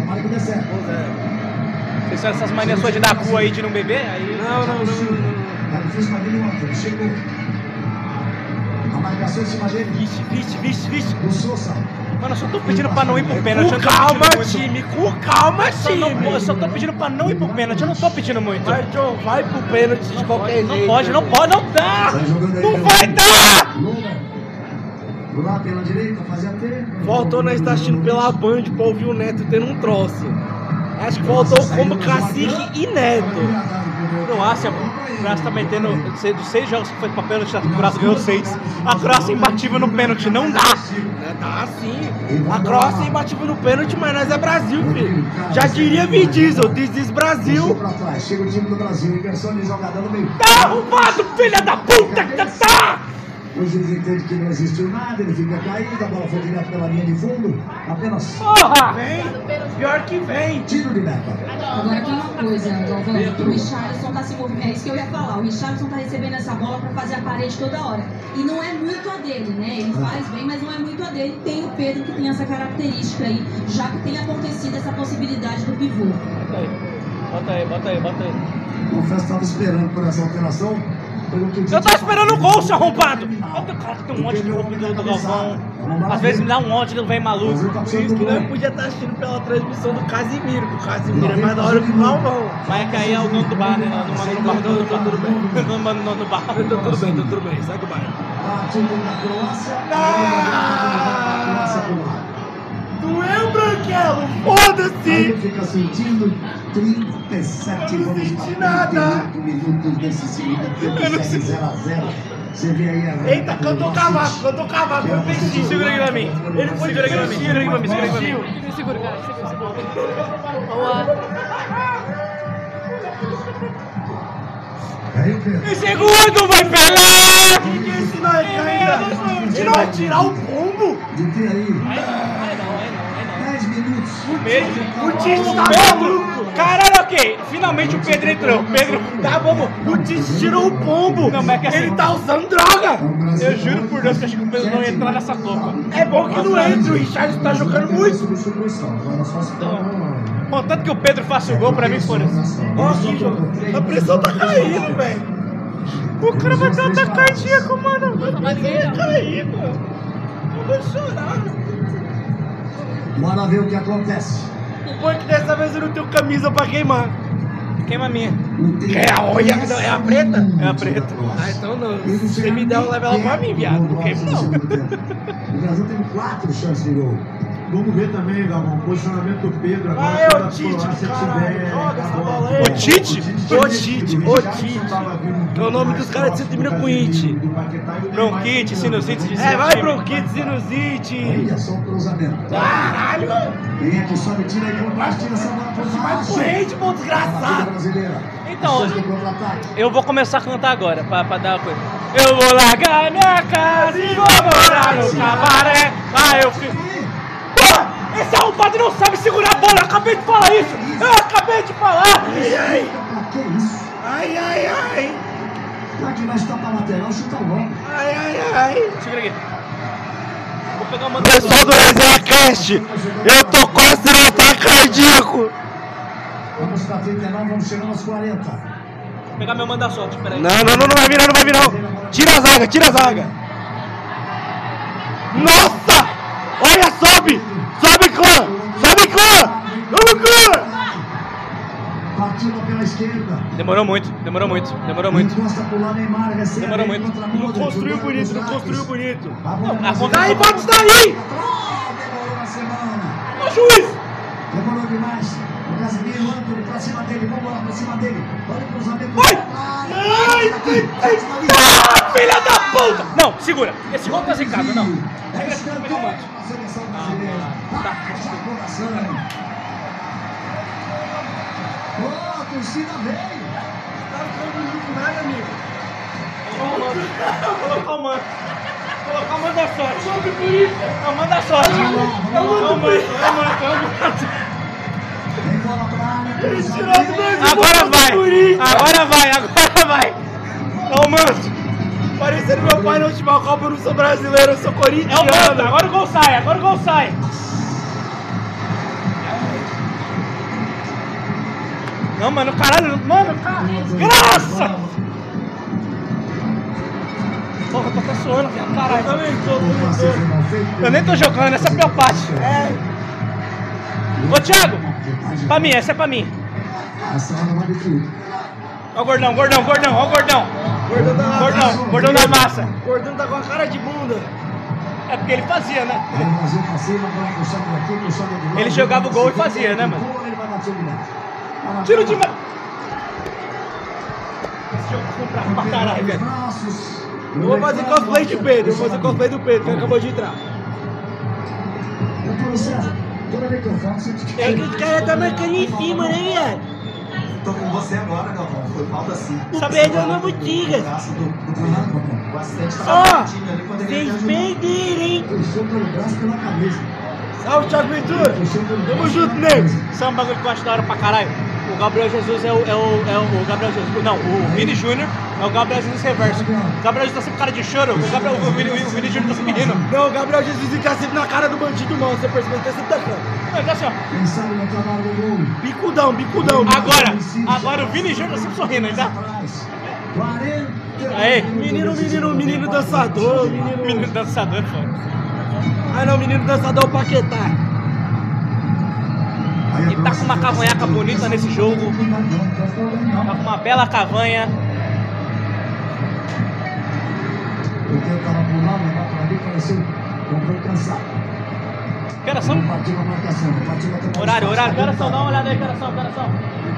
vocês são essas manias suas de dar cu aí de não beber? Aí... Não, não, não, não. Chegou. A marcação em cima dele. Vixe, vixe, vixe, vixe. O Sousa. Mano, eu só tô pedindo pra não ir pro pênalti. Com calma, time, com calma, time. Eu só tô pedindo pra não ir pro pênalti, eu não tô pedindo muito. Vai, John, vai pro pênalti de qualquer jeito. Não pode, não pode, não dá! Não vai dar! Lá pela direita, fazia tempo. Voltou, nós tá assistindo pela Band pra ouvir o Neto tendo um troço. Acho que voltou como Cacique e Neto. Croácia, a Croácia tá metendo, dos seis jogos que foi pra pênalti, a Croácia ganhou seis. A Croácia é imbatível no pênalti, não dá! Dá sim. A Croácia é imbatível no pênalti, mas nós é Brasil, filho. Já diria Vin Diesel, this is Brasil. Chega o time do Brasil, inversão de jogada no meio. Tá arrumado, filha da puta que tá! O juiz entende que não existiu nada, ele fica caído, a bola foi direto pela linha de fundo, apenas... Porra! Vem! Pior que vem! Tiro de meta. Agora tem uma coisa, Galvão, o Richarlison tá se movimentando, é isso que eu ia falar, o Richarlison tá recebendo essa bola pra fazer a parede toda hora. E não é muito a dele, né? Ele faz bem, mas não é muito a dele. Tem o Pedro que tem essa característica aí, já que tem acontecido essa possibilidade do pivô. Bota aí, bota aí, bota aí, bota aí. O Festa estava esperando por essa alteração. Eu tava esperando o gol, seu arrombado! Olha o cara que tem um monte de roupa do, do Galvão. Às vezes me dá um monte de velho maluco. Por isso que nós podia estar assistindo pela transmissão do Casimiro, que o Casimiro é mais da hora que o Galvão. Mas é que aí é o dono do bar, né? Não manda no bar, dono do bar. Tudo bem. Não manda no dono do bar. Tudo bem, tudo bem, segue o bar. Doeu, Branquelo, foda-se! Aí fica sentindo trinta e sete minutos desse segundo, zero a zero. Você vê aí a... Eita, cantou cavaco, cantou cavaco, foi peixinho. Segura aqui pra mim. Ele foi segura aqui pra mim, segura aqui pra mim, segura aqui pra mim. Segura, cara, segura, segura. Boa. Aí o Pedro. Em segundo, vai pelar! O que esse nós ainda? Tirar, tirar o pombo? De ter aí Aí não, aí não, aí não. dez minutos. O Tite tá maluco! Caralho, ok. Finalmente o Pedro entrou. Pedro, tá bom, o Tite tirou o pombo! Não, mas é que assim, ele tá usando droga! Eu juro por Deus que eu achei que o Pedro não ia entrar nessa copa. É bom que não entre, o Richard tá jogando muito! Contanto que o Pedro faça o gol, pra mim foda-se. Nossa, a pressão tá caindo, velho! O cara vai ter um ataque cardíaco, mano! Vai cair, mano! Eu vou chorar! Bora ver o que acontece. O bom é que dessa vez eu não tenho camisa pra queimar. Queima a minha. É a olha, é a preta? É a preta. Ah, então não. Se você me der, eu levo ela pra mim, viado. Não queimo, não. O Brasil teve quatro chances de gol. Vamos ver também, Galvão, o posicionamento do Pedro agora. Ah, é quando o a Tite, Croácia caralho. tiver Joga a essa bola. bola aí. O Tite? O Tite, o Tite. É o nome dos caras que termina com It. Bronquite, sinusite, É, vai bronquite, sinusite. Olha só o cruzamento. Caralho. Quem é que sobe, tira aí por baixo, tira essa bola por Vai baixo. corrente, pô, Partida desgraçado. brasileira. Então, Ações do contra-ataque. eu vou começar a cantar agora, pra, pra dar uma coisa. Eu vou largar minha casa e vou morar no cabaré. Ah, eu fico... Pô, esse arrombado não sabe segurar a bola, eu acabei de falar isso. Eu acabei de falar. Ai, ai. Pra que isso? Ai, ai, ai. Já que nós está pra lateral, chuta logo. Ai, ai, ai. Segura aqui. Vou pegar uma... Pessoal do Resenha Cast, eu tô quase no ataque cardíaco. Vamos pra trinta e nove, vamos chegando aos quarenta. Vou pegar meu manda sorte, peraí. Não, não, não, não vai virar, não vai virar. Não. Tira a zaga, tira a zaga. Nossa! Olha, sobe! Sobe, clã! Sobe, clã! Vamos, clã! Partida pela esquerda. Demorou muito, demorou muito, demorou muito. Encosta pro lado, Neymar, recebe. Demorou muito. Não construiu bonito, não construiu bonito. A conta- Daí, bate daí! Demorou uma semana. Ô, juiz! Demorou demais. O Casemiro, Antony, pra cima dele. Vamos lá, pra cima dele. Olha o cruzamento. Vai! Ai, Ai, ai, ai. Ah, filha da puta! Não, segura. Esse gol tá zicado, não. É escanteio pra seleção brasileira. Tá. Baixa o coração. Ô, a torcida veio. Tá ficando bonito nada, amigo. Colocar o manto. Colocar o manto da sorte. Sobe por isso. É o manto da sorte. É o manto, é o manto, é o manto. Vem bola pra área. Tirou do Brasil. Agora vai. Corinthians. Agora vai, agora vai. É o manto. Parecendo meu pai na última Copa, eu não sou brasileiro, eu sou É o manto. corintiano. Agora o gol sai, agora o gol sai. Não, mano, caralho, mano, cara, graça! Porra, eu tô até suando, velho, caralho. Eu também tô, Um passe também mal feito. Eu nem tô jogando, essa é a pior parte. É. Ô, Thiago, pra mim, essa é pra mim. Essa hora vale tudo. Ó o gordão, gordão, gordão, ó o gordão. Gordão da Gordão, gordão da massa. Gordão tá com a cara de bunda. É porque ele fazia, né? Ele fazia pra cima, agora puxando daqui, puxando do lado. Ele jogava o gol e fazia, né, mano? Ele vai bater direto. Tiro de... ma- Esse jogo foi pra pra caralho, velho. Eu vou fazer cosplay de Pedro, eu vou fazer cosplay do Pedro, que acabou de entrar. Doutor César, toda vez que eu falo, você te É que os caras tá marcando em cima, né, viado? Tô com você agora, Galvão. Foi falta sim. O Pedro é uma botiga. O braço do, do Aham, o assistente Ó, tava mentindo ali quando ele vocês ajudou. perderam, hein? puxou pelo braço pela cabeça. Salve, Thiago Ventura. Puxou pelo Tamo braço junto, pela nego. cabeça. Sabe um bagulho que eu acho da hora pra caralho? O Gabriel Jesus é o, é o, é o, o Gabriel Jesus. Não, o Vini Júnior é o Gabriel Jesus reverso. O Gabriel Jesus tá sempre cara de choro, o, Gabriel, o, Vini, o Vini Júnior tá sempre rindo. Não, o Gabriel Jesus fica sempre na cara do bandido, mano. Você percebeu que tá sempre tacando. Não, tá assim, ó. Quem sabe não tá na hora do gol. Bicudão, bicudão. Agora, agora o Vini Júnior tá sempre sorrindo, ainda. Atrás. quarenta. Aí. Menino, menino, menino dançador, menino. Menino dançador, foda. Ah, não, menino dançador é o Paquetá. Ele tá com uma cavanhaca bonita nesse jogo. Tá com uma bela cavanha. Eu tentava pular, levar pra ali, pareceu um pouco cansado. Que horas são? Não partiu a marcação, não partiu a tomada. Horário, horário. Que horas são? Dá uma olhada aí, que horas são, que horas são.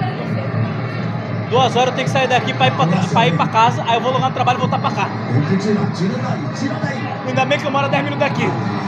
Duas horas eu tenho que sair daqui pra ir pra, pra, ir pra casa, aí eu vou logo no trabalho e voltar pra cá. Tem que tirar, tira daí, tira daí. Ainda bem que eu moro a dez minutos daqui.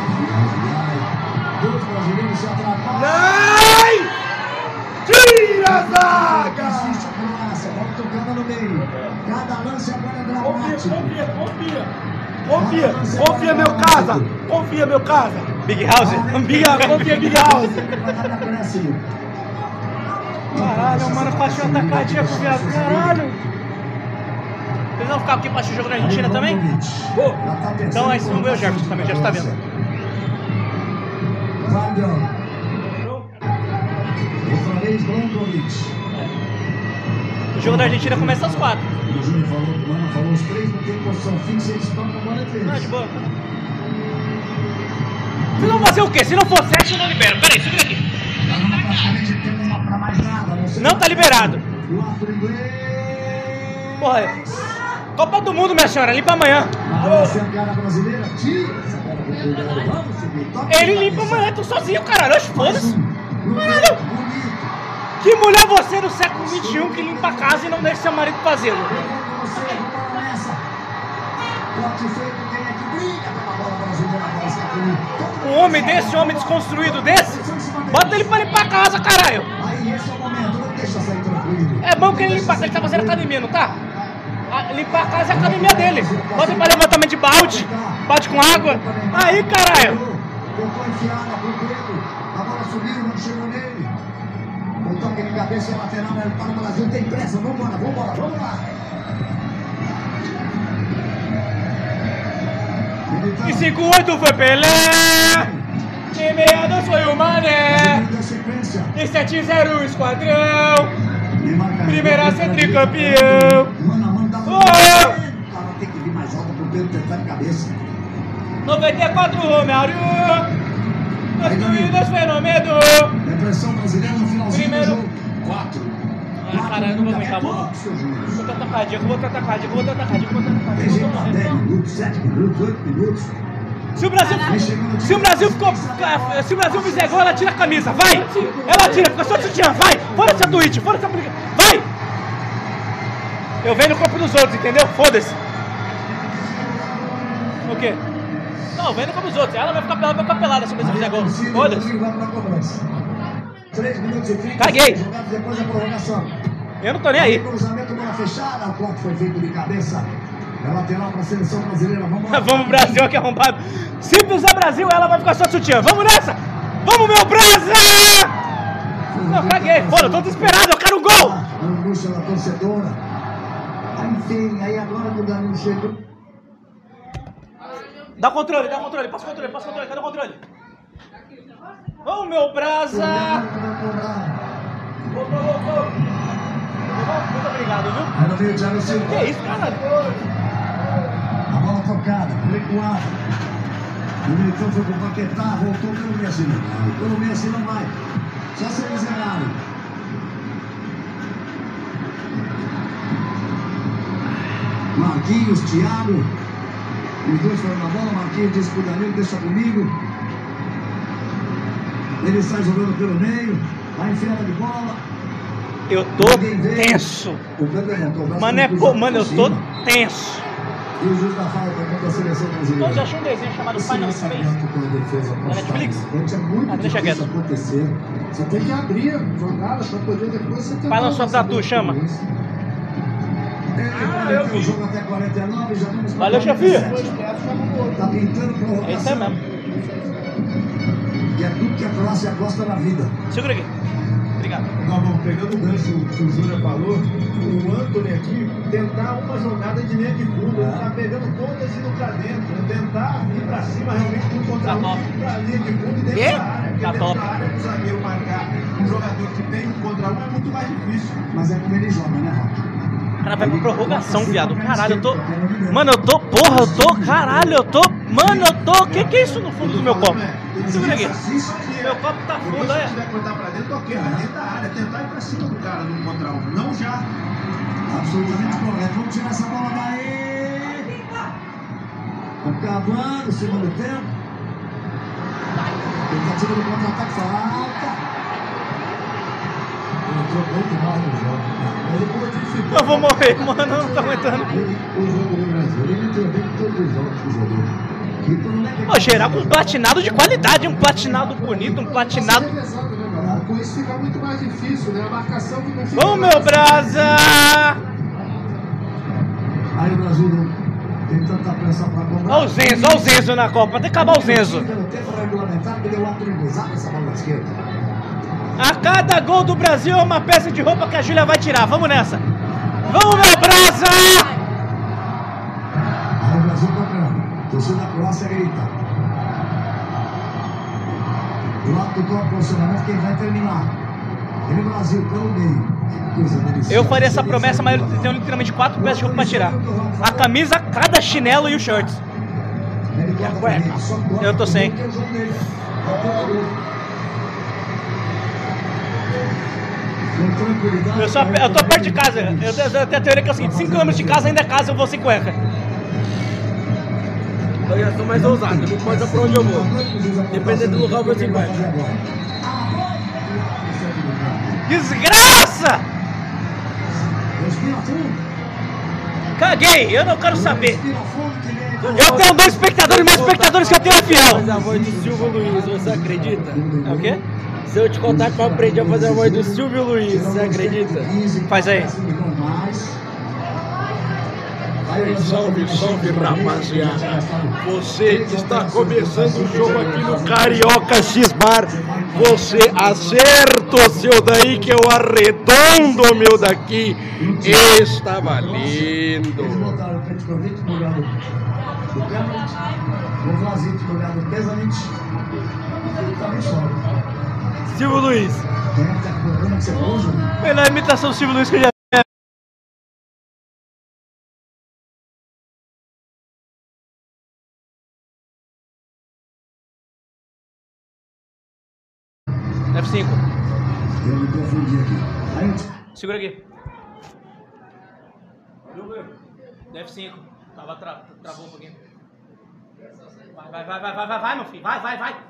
Dois brasileiros se atrapalham. Ai! Tira a zaga! Assiste a Croácia, bola tocada no meio. Cada lance agora é Confia, dramático. confia, confia. Confia, confia, meu casa. Confia, meu casa. Big House? Big, confia, Big House. Vai dar na acréscimo. Caralho, mano, quase tinha atacado cardíaco, viado. Caralho. Vocês vão ficar aqui pra assistir o jogo da Argentina também? Pô, Então aí vocês vão ver o Jefferson também, já está vendo. Fábio. Outra vez, Brankovic. O jogo da Argentina começa às quatro. O Júnior falou, o Mano falou, os três não tem posição fixa, eles tocam a bola entre Não, de eles. boa. Vocês vão fazer o quê? Se não for sexo, eu não libero. Peraí, segura aqui. Já não é praticamente tempo lá pra mais nada. Não, sei Não tá liberado. Quatro inglês. Porra. Copa do Mundo, minha senhora, ali pra amanhã. Agora você é a cara brasileira, tira essa bola pro Ele limpa o moletom sozinho, caralho. Foda-se. Caralho. Que mulher você do século vinte e um que limpa a casa e não deixa seu marido fazê-lo? Um homem desse, um homem desconstruído desse, bota ele pra limpar a casa, caralho. É bom que ele limpa, ele tá fazendo academia, não tá? A, limpar a casa é a academia dele. Bota ele pra levantamento de balde, balde com água. Aí, caralho. A bola subiu, não chegou nele. O toque de cabeça é lateral, ele para o Brasil, tem pressa. Vambora, vambora, vamos lá. E cinco oito foi Pelé. E meia dois foi o Mané. E sete zero o Esquadrão. Primeira a ser tricampeão. Oh! Tem que vir mais alto pro Pedro tentar de cabeça. noventa e quatro Romário. Construídas Fenômeno. Depressão brasileira no finalzinho do jogo. quatro. Ah, caralho, não vou aguentar, vou. Vou tentar cardíaco, vou tentar cardíaco, vou tentar cardíaco, vou tentar Tem gente cardíaco. pra dez minutos, sete minutos, oito minutos. Se o Brasil, se o Brasil ficou, se o Brasil fizer gol, ela tira a camisa, vai! Ela tira, fica só de sutiã, vai! Fora essa tweet, fora essa briga, vai! Eu venho no corpo dos outros, entendeu? Foda-se! O quê? Não, eu venho no corpo dos outros, ela vai ficar pelada, vai ficar pelada se o Brasil fizer gol, foda-se! Caguei! Depois da prorrogação. Eu não tô nem aí! Cruzamento, bola fechada, o corte foi feito de cabeça. É lateral para a seleção brasileira. Vamos lá. Vamos, Brasil, aqui arrombado. Se fizer Brasil, ela vai ficar só de sutiã. Vamos nessa! Vamos, meu Brasa! Não, caguei. Foda, eu tô desesperado, eu quero um gol! A angústia da torcedora. Enfim, aí agora que o Danilo chegou. Dá o controle, dá o controle. Passa o controle, passa o controle. Cadê o controle? Vamos, meu Brasa! Voltou, voltou. Muito obrigado, viu? Aí no meio, Thiago Silva. Que isso, caralho? A bola tocada, recuada. O Militão foi pro Paquetá, voltou pelo Messi. Não, pelo Messi não vai. Só se eles errarem. Marquinhos, Thiago. Os dois foram na bola. Marquinhos disse pro Danilo, deixa comigo. Ele sai jogando pelo meio. Vai enfiada de bola. Eu tô tenso. Mano, é pô, mano, eu tô tenso. E o juiz da falta contra a seleção brasileira. Eu já achei um desenho chamado Final Space. Na Netflix? Ah, deixa quieto. Acontecer. Você tem que abrir a jogada para poder depois você ter. Vai lançar tatu, chama. Ah, eu vi. O jogo até quarenta e nove, já vamos. Valeu, chefia. Tá pintando prorrogação. É isso aí mesmo. E é tudo que a Croácia gosta na vida. Segura aqui. Obrigado. Galvão, pegando o gancho que o Júnior falou, o Antony aqui tentar uma jogada de linha de fundo, ele tá pegando todas e indo pra dentro, tentar ir pra cima realmente um contra um, pra linha de fundo e dentro da área, porque tá dentro top. da área o zagueiro marcar um jogador que tem um contra um é muito mais difícil. Mas é como ele joga, né, Rock? Cara, vai pra prorrogação, viado. Caralho, eu tô. Mano, eu tô. Porra, eu tô. Caralho, eu tô. Mano, eu tô. O que que é isso no fundo do meu copo? Segura aqui. Meu copo tá fundo, Se olha. tiver que cortar pra dentro, ok, mas dentro da área, tentar ir pra cima do cara no contra um, não já. Absolutamente correto. Vamos tirar essa bola daí. Acabando o segundo tempo. Tentativa do contra-ataque, falta. Entrou muito mal no jogo. Eu vou morrer, mano, eu não tô aguentando. O jogo do Brasil, ele entrou bem em todos os jogos que jogou. Pô, geral com um platinado de qualidade, um platinado bonito, um platinado. Com isso fica muito mais difícil, né? A marcação que não fica. Vamos, meu Brasa! Aí o Brasil tem tanta pressa pra cobrar. Olha o Zenzo, olha o Zenzo na Copa, tem que acabar o Zenzo. Pelo tempo regulamentar, que deu ato embosado essa bola esquerda. A cada gol do Brasil é uma peça de roupa que a Júlia vai tirar. Vamos nessa. Vamos, meu Brasa! Aí o Brasil tocando. Torcida da Croácia grita. Do lado do campo, posicionamento, quem vai terminar? Ele o Brasil, pelo meio. Coisa deliciosa. Eu faria essa promessa, mas eu tenho literalmente quatro peças de roupa pra tirar. A camisa, cada chinelo e o shorts. E a cueca. Eu tô sem. Eu, só, eu tô perto de casa. Eu, eu tenho a teoria que é o seguinte: cinco quilômetros de casa ainda é casa, eu vou sem cueca. Eu já sou mais ousado, não importa pra onde eu vou. Dependendo do lugar, eu vou te embora. Desgraça! Caguei, eu não quero saber. Eu tenho dois espectadores, mais espectadores que eu tenho a fiel. Fazer a voz do Silvio Luiz, você acredita? É o quê? Se eu te contar que eu aprendi a fazer a voz do Silvio Luiz, você acredita? Faz aí. Salve, salve, rapaziada. Você está começando o jogo aqui no Carioca X-Bar. Você acerta o seu daí que eu arredondo o meu daqui. Estava lindo. Silvio Luiz. Melhor imitação do Silvio Luiz que eu já vi. F cinco. Eu me confundi aqui. Segura aqui. F cinco. Tava tra... travou um pouquinho. Vai, vai, vai, vai, vai, vai, vai, meu filho. Vai, vai, vai.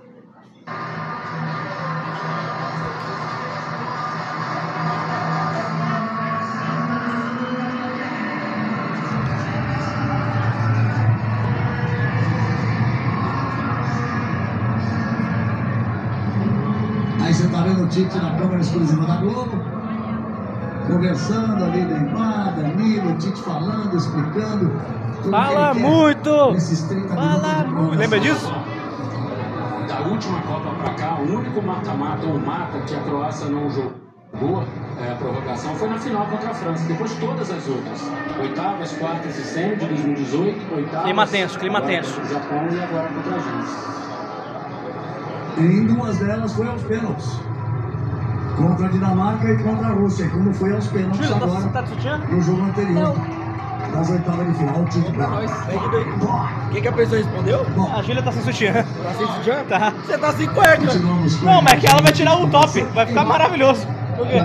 Aí você tá vendo o Tite na câmera exclusiva da Globo, conversando ali, Neymar, Danilo, o Tite falando, explicando. Fala muito! Fala muito! Lembra disso? Da última Copa pra cá, o único mata-mata ou mata que a Croácia não jogou é, a prorrogação foi na final contra a França. Depois todas as outras. Oitavas, quartas e semi de dois mil e dezoito, oitavas. Clima tenso, clima tenso. Contra o Japão e agora contra a gente. Em duas delas foi aos pênaltis. Contra a Dinamarca e contra a Rússia. Como foi aos pênaltis Júlio, agora tá, tá no jogo anterior. Das oitavas de final, o Tite O que, que a pessoa respondeu? A Júlia tá sem sutiã. Tá sem sutiã? Tá. Você tá sem cueca. Não, mas é que ela vai tirar o top. Vai ficar maravilhoso. Por quê?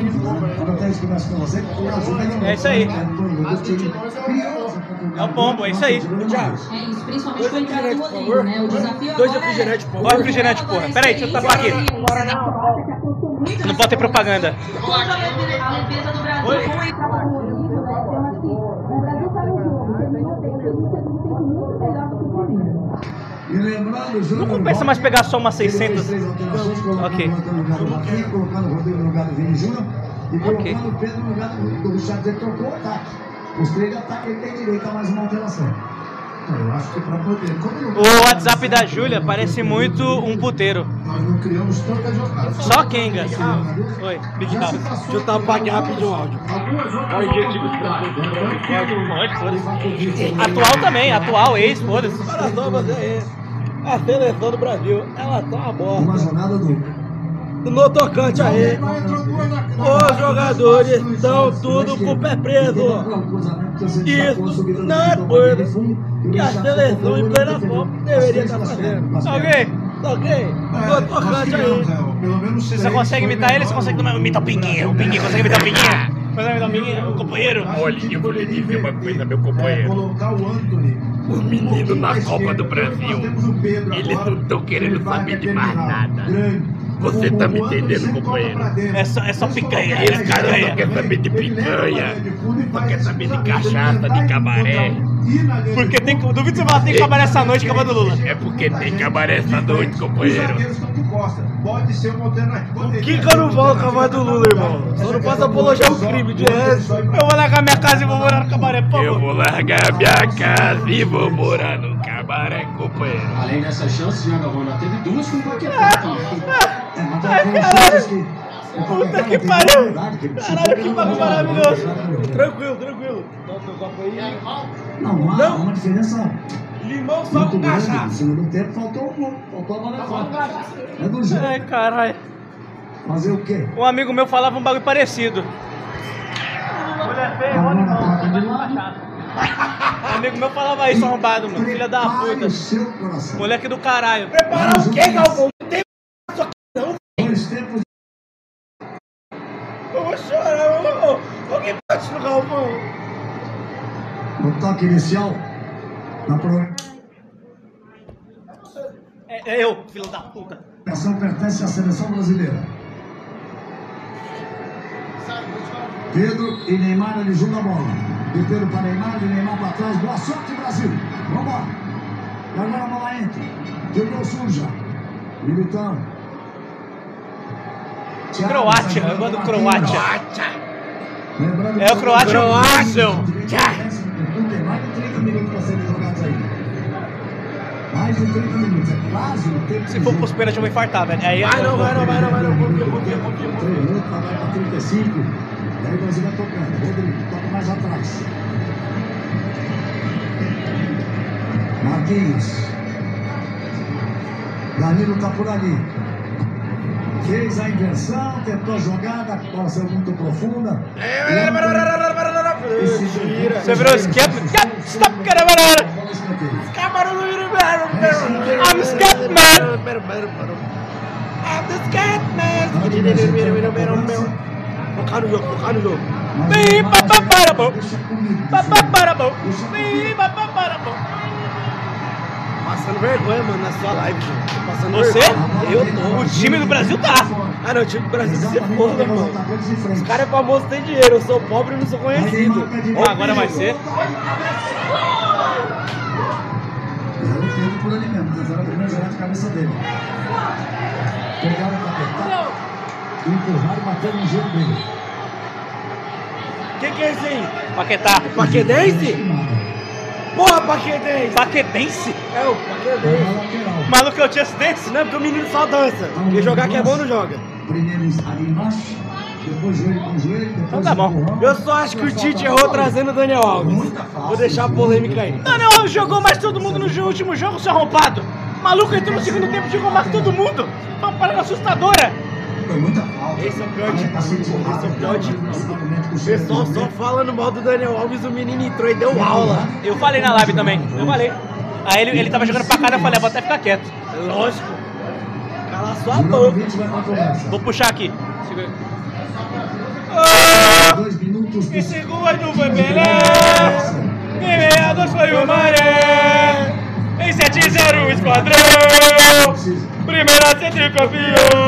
É isso aí. É o pombo, é isso aí. Thiago, É isso, principalmente dois com o refrigerantes, por favor. né? O desafio Dois agora refrigerantes, por Olha o favor. refrigerante, porra. Pera aí, deixa eu tapar aqui. Não pode ter propaganda. Contra a defesa do Brasil Oi? com a entrada do Rodrigo, né? Eu acho que o Brasil tá no jogo, terminou bem, fez um segundo tempo muito melhor do que o primeiro. E lembrando, o Não compensa mais pegar só umas seiscentas. Ok. Colocando o Rodrigo no lugar do Vini Júnior e Ok. colocando o Pedro no lugar do Richard, ele trocou o ataque. Os três de ataque, ele tem direito a mais uma alteração. Eu acho que para poder. O WhatsApp da Júlia parece muito um puteiro. Nós não criamos tanta jogada. Só Kenga. Oi, Big House. Deixa eu tapar aqui rapidinho o áudio. Qual objetivo de Atual também, atual, ex, foda-se. Olha só você aí. A seleção do Brasil, ela tá uma Uma bosta. jornada do. No tocante aí, os jogadores estão tudo com o pé preso. Isso não é coisa que a seleção em plena Copa deveria estar fazendo. Ok? Ok? No tocante aí. Se você consegue imitar ele, você consegue também imitar o Pinguinho. O Pinguinho consegue imitar o Pinguinho? Consegue imitar o Pinguinho? O companheiro? Olha, eu vou lhe dizer uma coisa, meu companheiro. Colocar o Antony. Os meninos na Copa do Brasil, eles não estão querendo saber de mais nada. Você tá me entendendo, companheiro? É só, é só picanha. Esse cara não quer saber de picanha, não quer saber de cachaça, de cabaré. Porque tem. Duvido você falar tem cabaré essa noite, acaba do Lula. É porque tem cabaré essa noite, companheiro. Pode ser uma alternativa. O que que eu não vou acabar do Lula, irmão? Só não posso apologiar o crime de resto. Eu vou largar minha casa e vou morar no cabaré, por Eu favor. vou largar minha casa e vou morar no cabaré, companheiro. Além dessas chances, né, Galvão? Já teve duas com o Paquetá também. Puta que pariu! Caralho, que bagulho maravilhoso! Tranquilo, tranquilo. Não, não há uma diferença. Limão só Muito com grande. No cachaça. segundo tempo faltou um gol. Faltou a bola fora. É do jogo. Ai, caralho. Fazer o quê? Um amigo meu falava um bagulho parecido. Mulher feia, rola em mão. Um amigo meu falava isso, arrombado, mano. Filha da puta. Moleque do caralho. Preparar o quê, Galvão? Não tem isso aqui, não. Dois tempos. Eu vou chorar, eu vou. Alguém bate no Galvão. No toque inicial. Na pro... É eu, filho da puta. A ação pertence à seleção brasileira. Pedro e Neymar, eles juntam a bola. De Pedro para Neymar, de Neymar para trás. Boa sorte, Brasil. Vamos embora. E agora a bola entra. Jogou suja. Militão. Croácia, eu gosto do Croácia. É o Croácia. Croácia. Não tem mais de trinta minutos para serem jogados aí. Mais de trinta minutos. É quase o tempo. Se for pros pênaltis, eu vou infartar, velho. Aí Vai não, vai não, vai não, vai não. Confia, confia, confia. três minutos, vai para trinta e cinco. E aí o Brasil vai tocando. Rodrigo, toca mais atrás. Marquinhos. Danilo está por ali. Fez a inversão, tentou a jogada, passou muito profunda. Você virou esquema? Stop, cara, cara. I'm scared, man. I'm the scared man. Focar no jogo, focar no jogo. Bim, papaparabou. Papaparabou. Bim, papaparabou. Passando vergonha, mano, na sua live, mano. Tô passando Você? vergonha. Eu tô. O time do Brasil tá. Ah, não, o time do Brasil se foda, mano. Os caras é famoso, tem dinheiro. Eu sou pobre e não sou conhecido. Ó, agora vai ser. Eu entendo por ali mesmo, tentaram primeiro jogar de cabeça dele. Pegaram o Paquetá, empurraram e bateram no jogo dele. Quem que é esse aí? Paquetá. Paquedense? Porra, Paquedense! Paquedense? É o Paquedense. Maluco é o Just Dance? Não, porque o menino só dança. Porque jogar que é bom, não joga. Primeiro ali embaixo, depois joelho com joelho, depois então tá bom. Eu só acho que o Tite errou trazendo o Daniel Alves. Vou deixar a polêmica aí. Daniel Alves jogou mais todo mundo no último jogo, seu arrombado. O maluco entrou no segundo tempo e jogou mais todo mundo. Uma parada assustadora. Foi muita falta. Esse é o pior de tudo. Esse é o pior de tudo. O pessoal só falando mal do Daniel Alves, o menino entrou e deu aula. Eu falei na live também, eu falei. Aí ele, ele tava jogando pra cara, eu falei, vou até ficar quieto. Lógico. Cala sua boca. Vou puxar aqui. Segura. Oh! E segundo foi Pelé. E meia foi o Maré. Em sete a zero o esquadrão. Primeiro a ser tricampeão.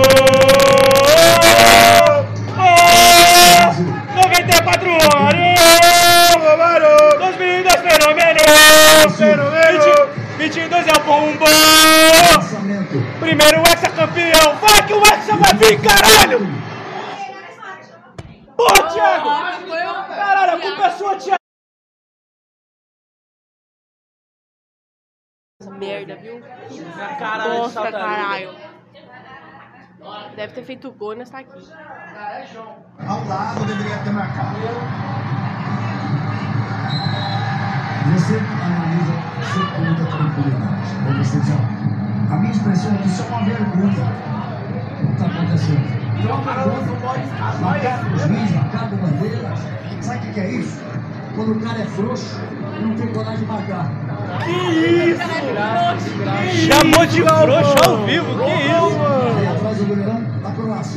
Oh! noventa e quatro horas. dois mil e dois fenômeno. Fenômeno. vinte e dois é o pombo. Primeiro o Hexa campeão. Vai que o Hexa vai vir, caralho. Porra, Thiago. Caralho, a culpa é sua, Thiago. Essa merda, viu? Caralho, Nossa, caralho. Deve ter feito gol nessa aqui. Ao lado deveria ter marcado. Você analisa você com muita tranquilidade. Aí você diz, ó, a minha expressão aqui só é uma vergonha. O que está acontecendo? Marcar o juiz, marcar a bandeira. Sabe o que, que é isso? Quando o cara é frouxo, ele não tem coragem de marcar. Que isso? Chamou de frouxo ao vivo, que isso? Aí atrás do goleirão da Croácia.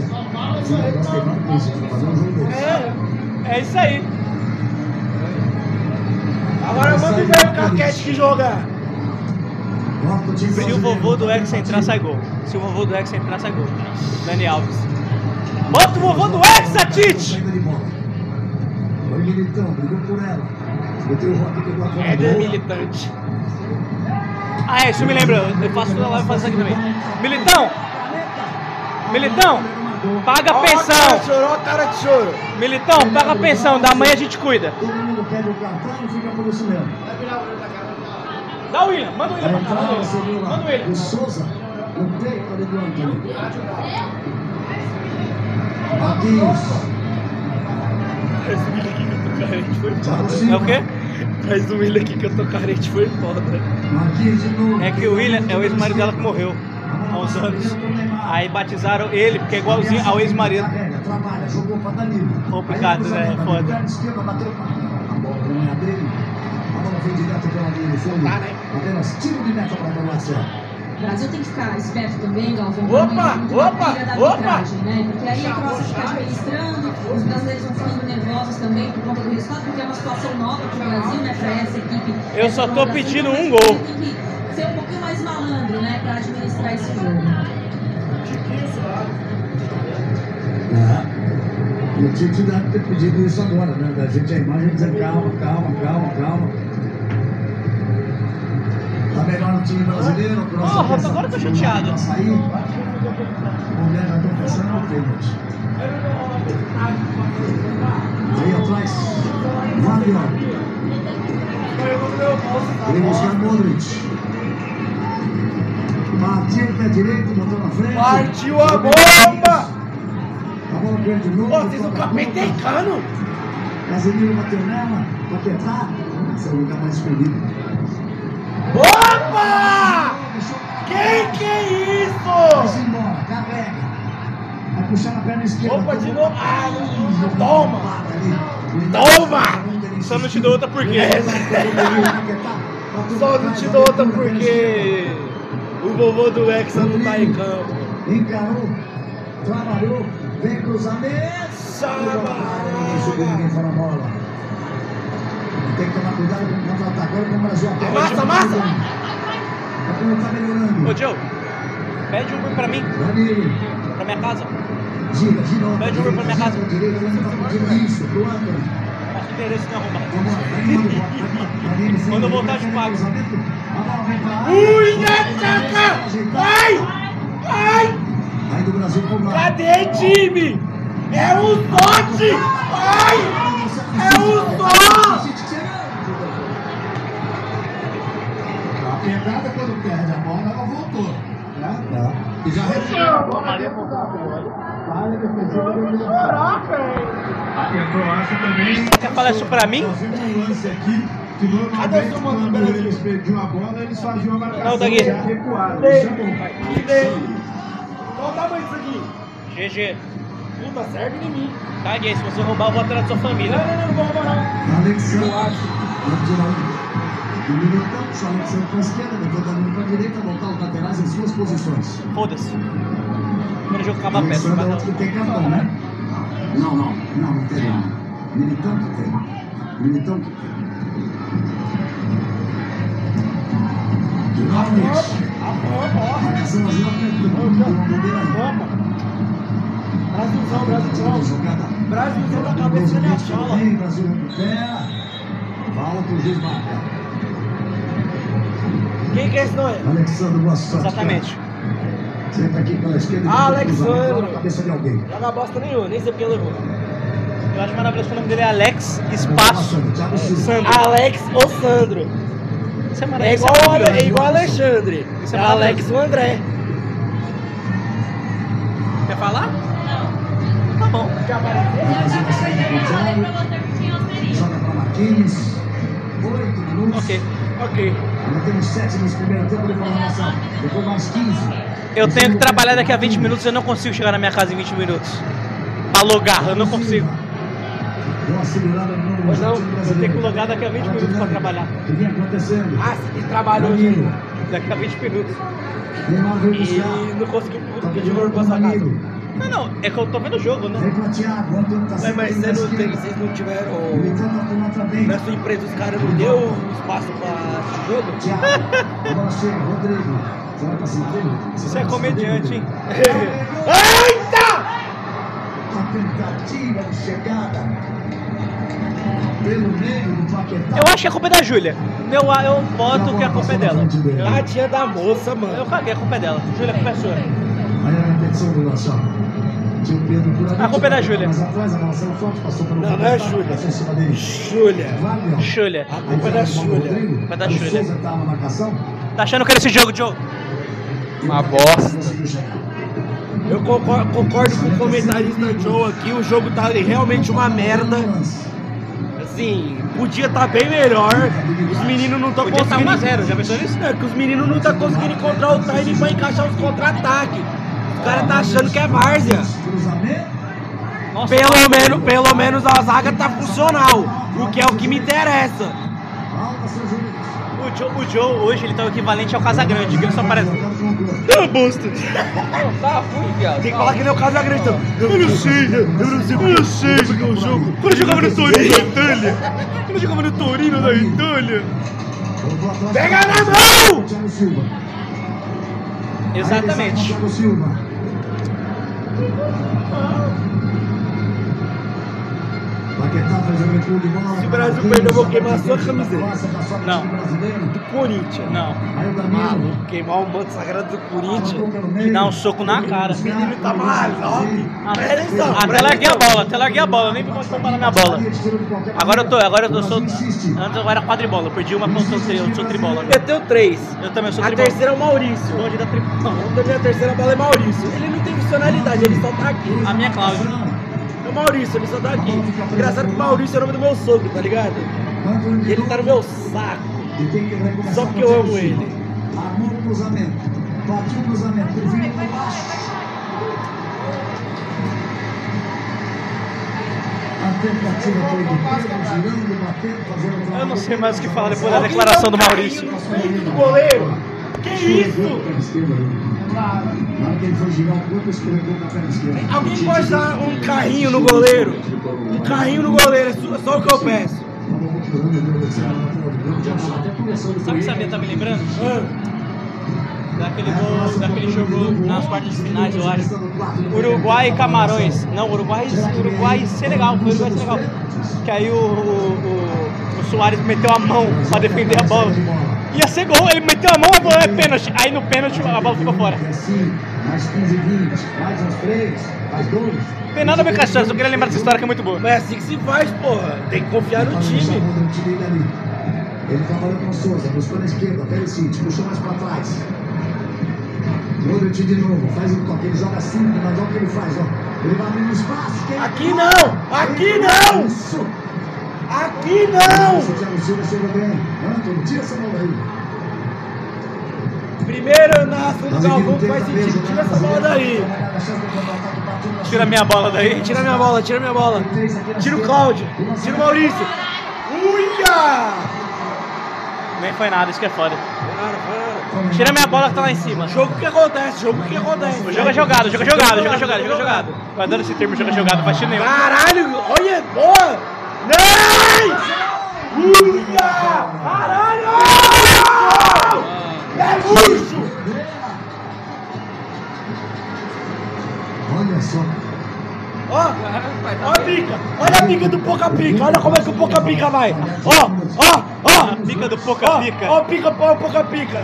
É, é isso aí. Agora vamos ver o Caquete que joga. Se o vovô do Hexa entrar, sai gol. Se o vovô do Hexa entrar, sai gol. Dani Alves. Bota o vovô do Hexa, Tite! Foi Militão, brigou por ela. É de militante. Ah, é, isso me lembra. Eu faço toda live e faço isso aqui também. Militão! Militão! Paga a pensão! Ó, chorou a cara de choro. Militão, paga a pensão. Da manhã a gente cuida. Todo mundo pede o cartão e fica por isso mesmo. Dá o William, manda o William pra cá. Manda o William. O Souza, o peito ali do Antônio. Marquinhos. É o quê? Traz o William aqui que eu tô carente, foi foda. É que o William é o ex-marido dela que morreu há uns anos. Aí batizaram ele, porque é igualzinho ao ex-marido. Trabalha, jogou pra Danilo. Complicado, né? Foda. Perna esquerda, bateu a bola não é dele. A bola foi direto pela linha de fundo. Apenas tiro de meta pra Croácia. O Brasil tem que ficar esperto também, Galvão. Opa, opa, opa! Né? Porque aí a Croácia fica administrando, os brasileiros vão ficando nervosos também por conta do resultado, porque é uma situação nova para o Brasil, né? Para essa equipe. Eu só tô pedindo um gol. ser um pouquinho mais malandro, né, pra administrar esse jogo. É. E o Tite deve ter pedido isso agora, né? Da gente a imagem dizer calma, calma, calma, calma. Tá melhor no time brasileiro. Porra, oh, agora eu tô chateado. Pra sair. O já estão pensando no pênalti. Aí atrás, Fábio. Ele buscar Modric. Partiu pé direito, botou na frente. Partiu a bomba! A bola perde de novo. Pô, vocês não capetecando? Casemiro bateu nela, pra apertar. Esse é o lugar mais escolhido. Opa! Quem que é isso? Vai embora, carrega. Vai puxar na perna esquerda. Opa, de novo. Ah, toma! Toma! Só não te dou outra por quê? Só não te dou outra porque o vovô do Hexa não tá em campo. Encarou, trabalhou, vem cruzamento. Ninguém fora a bola. Tem que tomar cuidado com o contra-ataque. Olha como o Brasil até. Massa, massa! A turma tá melhorando. Ô, Joe, pede um Uber pra mim. Danilo. Pra minha casa. Gira, gira. Pede um Uber pra minha casa. Direita, ele tá pedindo isso, pro Antônio. Passa o endereço não arrumar. Quando eu voltar, eu te pago. Ui, ataca! Vai! Vai! Aí do Brasil pro lado. Cadê, time? É um sorte! Ai! É um só! A pegada quando perde a bola, ela voltou. Né? E já recebeu a bola. Falha defensiva. Caraca! E a Croácia também. Quer falar isso pra mim? Nós vimos um lance aqui que normalmente quando eles perdiam a bola, eles faziam a marcação Não, Dagui. recuada. Isso é bom. Qual o tamanho disso aqui? G G. Puta, serve em mim. Caguei, se você roubar, eu vou atrás da sua família. Não, não, não, não vou roubar não. Alexandre. O Militão, o Alexandre para a esquerda, depois da linha para a direita, voltar os laterais em suas posições. Foda-se. Primeiro jogo acaba a peça. Alexandre é outro que tem cartão, né? Não, não. Não, não tem não. Militão que tem. Militão que tem. Finalmente. A marcação brasileira apertou. Tem uma bandeira aí. Brasilzão, Brasilzão. Brasilzão da cabeça da minha chola. Brasil recupera. Volta o juiz marca. Quem que é esse não é? Alexandre, boa sorte. Exatamente. Senta aqui pela esquerda. Ah, Alexandre. Na cabeça de alguém. Joga bosta nenhuma, nem sei porque levou. Eu acho maravilhoso que o nome dele é Alex Espaço. É, Alex ou Sandro. Isso é É igual, é igual Alexandre. Isso é é Alex ou André. Quer falar? Tá bom. Joga para Marquinhos. Oito minutos. Ok. Ok. Ainda temos sete minutos no primeiro tempo de prorrogação. Depois mais quinze. Eu tenho que trabalhar daqui a vinte minutos, eu não consigo chegar na minha casa em vinte minutos. Pra logar, eu não consigo. Deu uma segurada no número Pois não, do time eu tenho brasileiro. que logar daqui a vinte minutos pra trabalhar. O que vinha acontecendo? Ah, você tem trabalho hoje. Danilo. Daqui a vinte minutos. Neymar veio buscar. E não conseguiu Tá pedir pedindo dinheiro pra pro sua casa. Danilo. Não, não, é que eu tô vendo o jogo, né? Vem pra Thiago. O Antônio tá Mas, sempre mas ali você na não tem, esquerda. vocês não tiveram. O Militão tá por lá também. Na sua empresa os caras não deu espaço pra assistir jogo? Thiago. A bola chega. Rodrigo. Você vai pra cima dele? Você é comediante, hein? Eita! A tentativa de chegada. Pelo meio do Paquetá. Eu acho que a culpa é da Júlia. Meu, eu voto que a culpa é dela. Tadinha da moça, mano. Eu caguei, a culpa é dela. Júlia, a culpa é sua. Aí a repetição do lançar. Tinha o Pedro por ali. A culpa é da Júlia. Mas atrás a relação forte passou pelo Não, não é Júlia. Passou em cima dele. Júlia. Wagner. Júlia. A culpa é da Júlia. A culpa é da Júlia. Souza tá na marcação. Tá achando que era esse jogo, Joe? Uma bosta. Conseguiu chegar. Eu concordo, concordo com o comentarista Joe aqui, o jogo tá realmente uma merda. Assim, podia estar bem melhor. Os meninos não estão Podia estar conseguindo. um a zero, já pensou nisso? É que os meninos não estão conseguindo encontrar o time pra encaixar os contra-ataques. Os caras tá achando que é várzea. Nossa, Pelo menos, pelo menos a zaga tá funcional, o que é o que me interessa. O Joe, o Joe hoje ele tá o equivalente ao Casagrande, que ele só parece. Ah, bosta! Tá ruim, viado. Tem que falar que nem o Casagrande. então. Eu não sei, eu não sei, eu não sei porque é o jogo. Quando eu jogava no Torino da Itália, quando eu jogava no Torino da Itália. Pega na mão! Exatamente. Se o Brasil perder, eu vou queimar a sua camiseta. Não. Do Corinthians. Não. Maluco, queimar um manto sagrado do Corinthians. Dá um soco na cara. O menino tá maluco. Até larguei a bola, até larguei a bola, nem vi onde tomar na minha bola. Agora eu tô, agora eu tô, sou, antes eu era quadribola, eu perdi uma contra o tri, eu sou tribola agora. Meteu três. Eu também sou A tribola. terceira é o Maurício. Bonde da tribola. O nome da minha terceira bola é Maurício. Ele não tem funcionalidade, ele só tá aqui. A minha é Cláudia. É o Maurício, ele só tá aqui. Engraçado que o Maurício é o nome do meu sogro, tá ligado? E ele tá no meu saco. Só porque eu amo ele. Armou o cruzamento. Partiu o cruzamento. Ele vem por baixo. A tentativa foi de Pedro, girando, batendo, fazendo... Eu não sei mais o que falar depois da declaração do Maurício. Do goleiro. Que isso? Alguém pode dar um carrinho no goleiro? Um carrinho no goleiro, é só o que eu peço. Sabe o que sabia tá me lembrando? Daquele gol, daquele jogo nas quartas de finais, eu acho. Uruguai e Camarões. Não, Uruguai, Uruguai e Senegal. Foi Uruguai e Senegal. Que aí o, o, o, o Soares meteu a mão pra defender a bola. Ia ser gol, ele meteu a mão, a bola é pênalti. Aí no pênalti a bola ficou fora. Mais quinze, vinte, mais uns três, mais dois. Não tem nada a ver com a história, só queria lembrar dessa história que é muito boa. Mas é assim que se faz, porra. Tem que confiar no time. Ele trabalhou com o Souza, buscou na esquerda, Perisic, puxou mais pra trás. Modric de novo, faz um toque, ele joga assim, mas olha o que ele faz, ó. Ele vai abrindo espaço. Quem... Aqui não! Aqui não! Isso. Aqui não! O Thiago Silva chegou bem. Antônio, tira essa bola aí. Primeiro na ação do Galvão que faz sentido. Tira essa bola daí. Tira minha bola daí. Tira minha bola, tira minha bola. Tira o Cláudio. Tira o Maurício. Uia! Nem foi nada, isso que é foda. Foi nada, foi nada. Tira minha bola que tá lá em cima. Jogo que acontece, jogo que acontece. O jogo é jogado, jogo é jogado, jogo é jogado, jogo é jogado. Vai dando esse termo, jogo é jogado, faz nenhum. Caralho, olha, boa! Não! Uia! Caralho! É luxo! Olha só. Ó, ó a pica, olha a pica do Poca Pica, olha como é que o Poca Pica vai. Ó, ó, ó. A pica do Poca Pica. Ó, pica, ó, Poca Pica.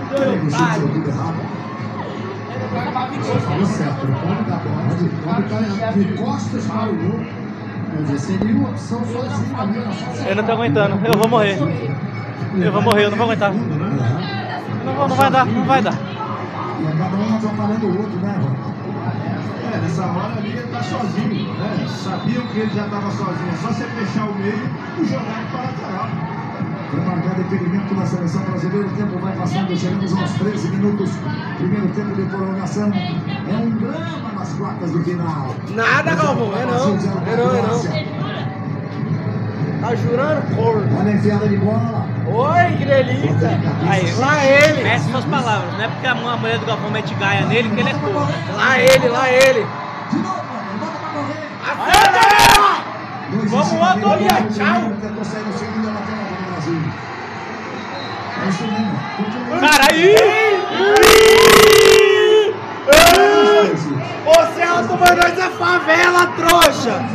Falou certo, ele pode dar bola, pode estar de costas para o gol. Seria uma opção sozinho ali. Eu não tô aguentando, eu vou morrer. Eu vou morrer, eu não vou aguentar. Não, vou, não vai dar, não vai dar. E cada um atrapalhando o outro, né, Rô? É, nessa hora ali ele tá sozinho, né? Sabiam que ele já estava sozinho, é só você fechar o meio e jogar para a lateral. Foi marcado impedimento na seleção brasileira, o tempo vai passando, chegamos aos treze minutos. Primeiro tempo de prolongação. É um drama nas quartas de final. Nada, Galvão, é não, é não, é não. Tá jurando, corno? Olha a enfiada de bola. Oi, que delícia. Aí, lá ele. Mexe suas palavras, não é porque a mulher do Galvão mete gaia nele que ele é corno. Lá ele, lá ele. De novo, bota pra correr. Vamos lá, Torinha, tchau. Tentou sair no segundo lateral do Brasil. É isso mesmo. Cara, aí! Ô, Celso, mas nós é favela, trouxa!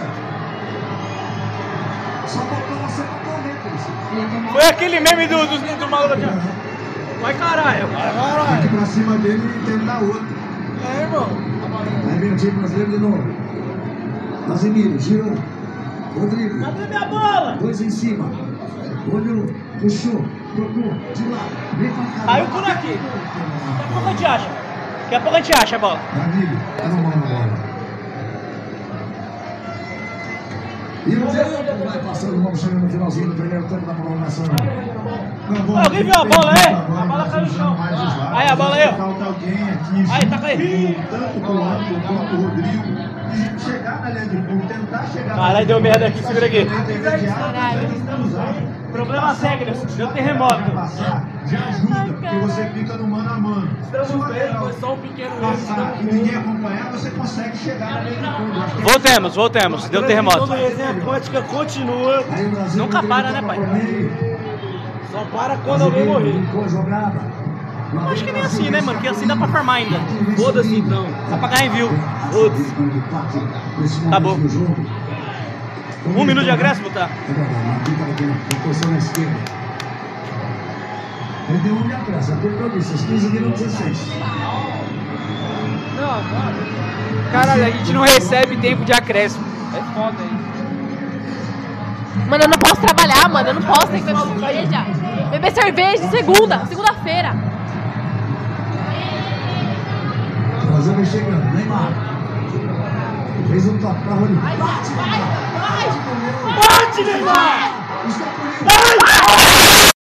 Só botou você pra correr, Cristo. Foi aquele meme do, do, do maluco aqui, ó. Vai caralho. Vai caralho. Aqui pra cima dele e tentar outro. É, irmão. Vai vir o time brasileiro de novo. Casemiro, girou. Rodrigo. Cadê minha bola? Dois em cima. Olhou, puxou, tocou, de lado. Vem pra cá. Caiu por aqui. Daqui a pouco a gente acha. Daqui a pouco a gente acha a bola. Danilo, tá na mão na bola. E o tempo vai passando, vamos chegando no finalzinho do primeiro tempo da prolongação. Alguém viu a bola aí? A bola caiu no chão. Aí a bola aí, ó. Falta alguém aqui. Aí, tá aí. Tanto pro Antônio quanto o Rodrigo. E chegar na linha de fundo, tentar chegar. Caralho, deu merda aqui, segura aqui. Caralho. Problemas técnicos, deu terremoto. Já ajuda, porque você fica no mano a mano. Estamos bem, foi só um pequeno passar e ninguém acompanhar, você consegue chegar na linha de fundo. Voltemos, voltemos, deu terremoto. A resenha quântica continua. Nunca para, né, pai? Só para quando alguém morrer. Eu acho que nem assim, né, mano? Que assim dá pra farmar ainda. Foda-se então. Dá pra ganhar em view. Foda-se. Acabou. Um minuto de acréscimo, tá? Ele deu um de acréscimo, é porque eu disse, os quinze minutos dezesseis. Não, mano. Caralho, a gente não recebe tempo de acréscimo. É foda, hein? Mano, eu não posso trabalhar, mano. Eu não posso ter que beber cerveja. Beber cerveja segunda, segunda-feira. Nós vamos chegando, Neymar. Fez um toque pra Rony. Vai, vai, vai! Bate, Neymar! Vai!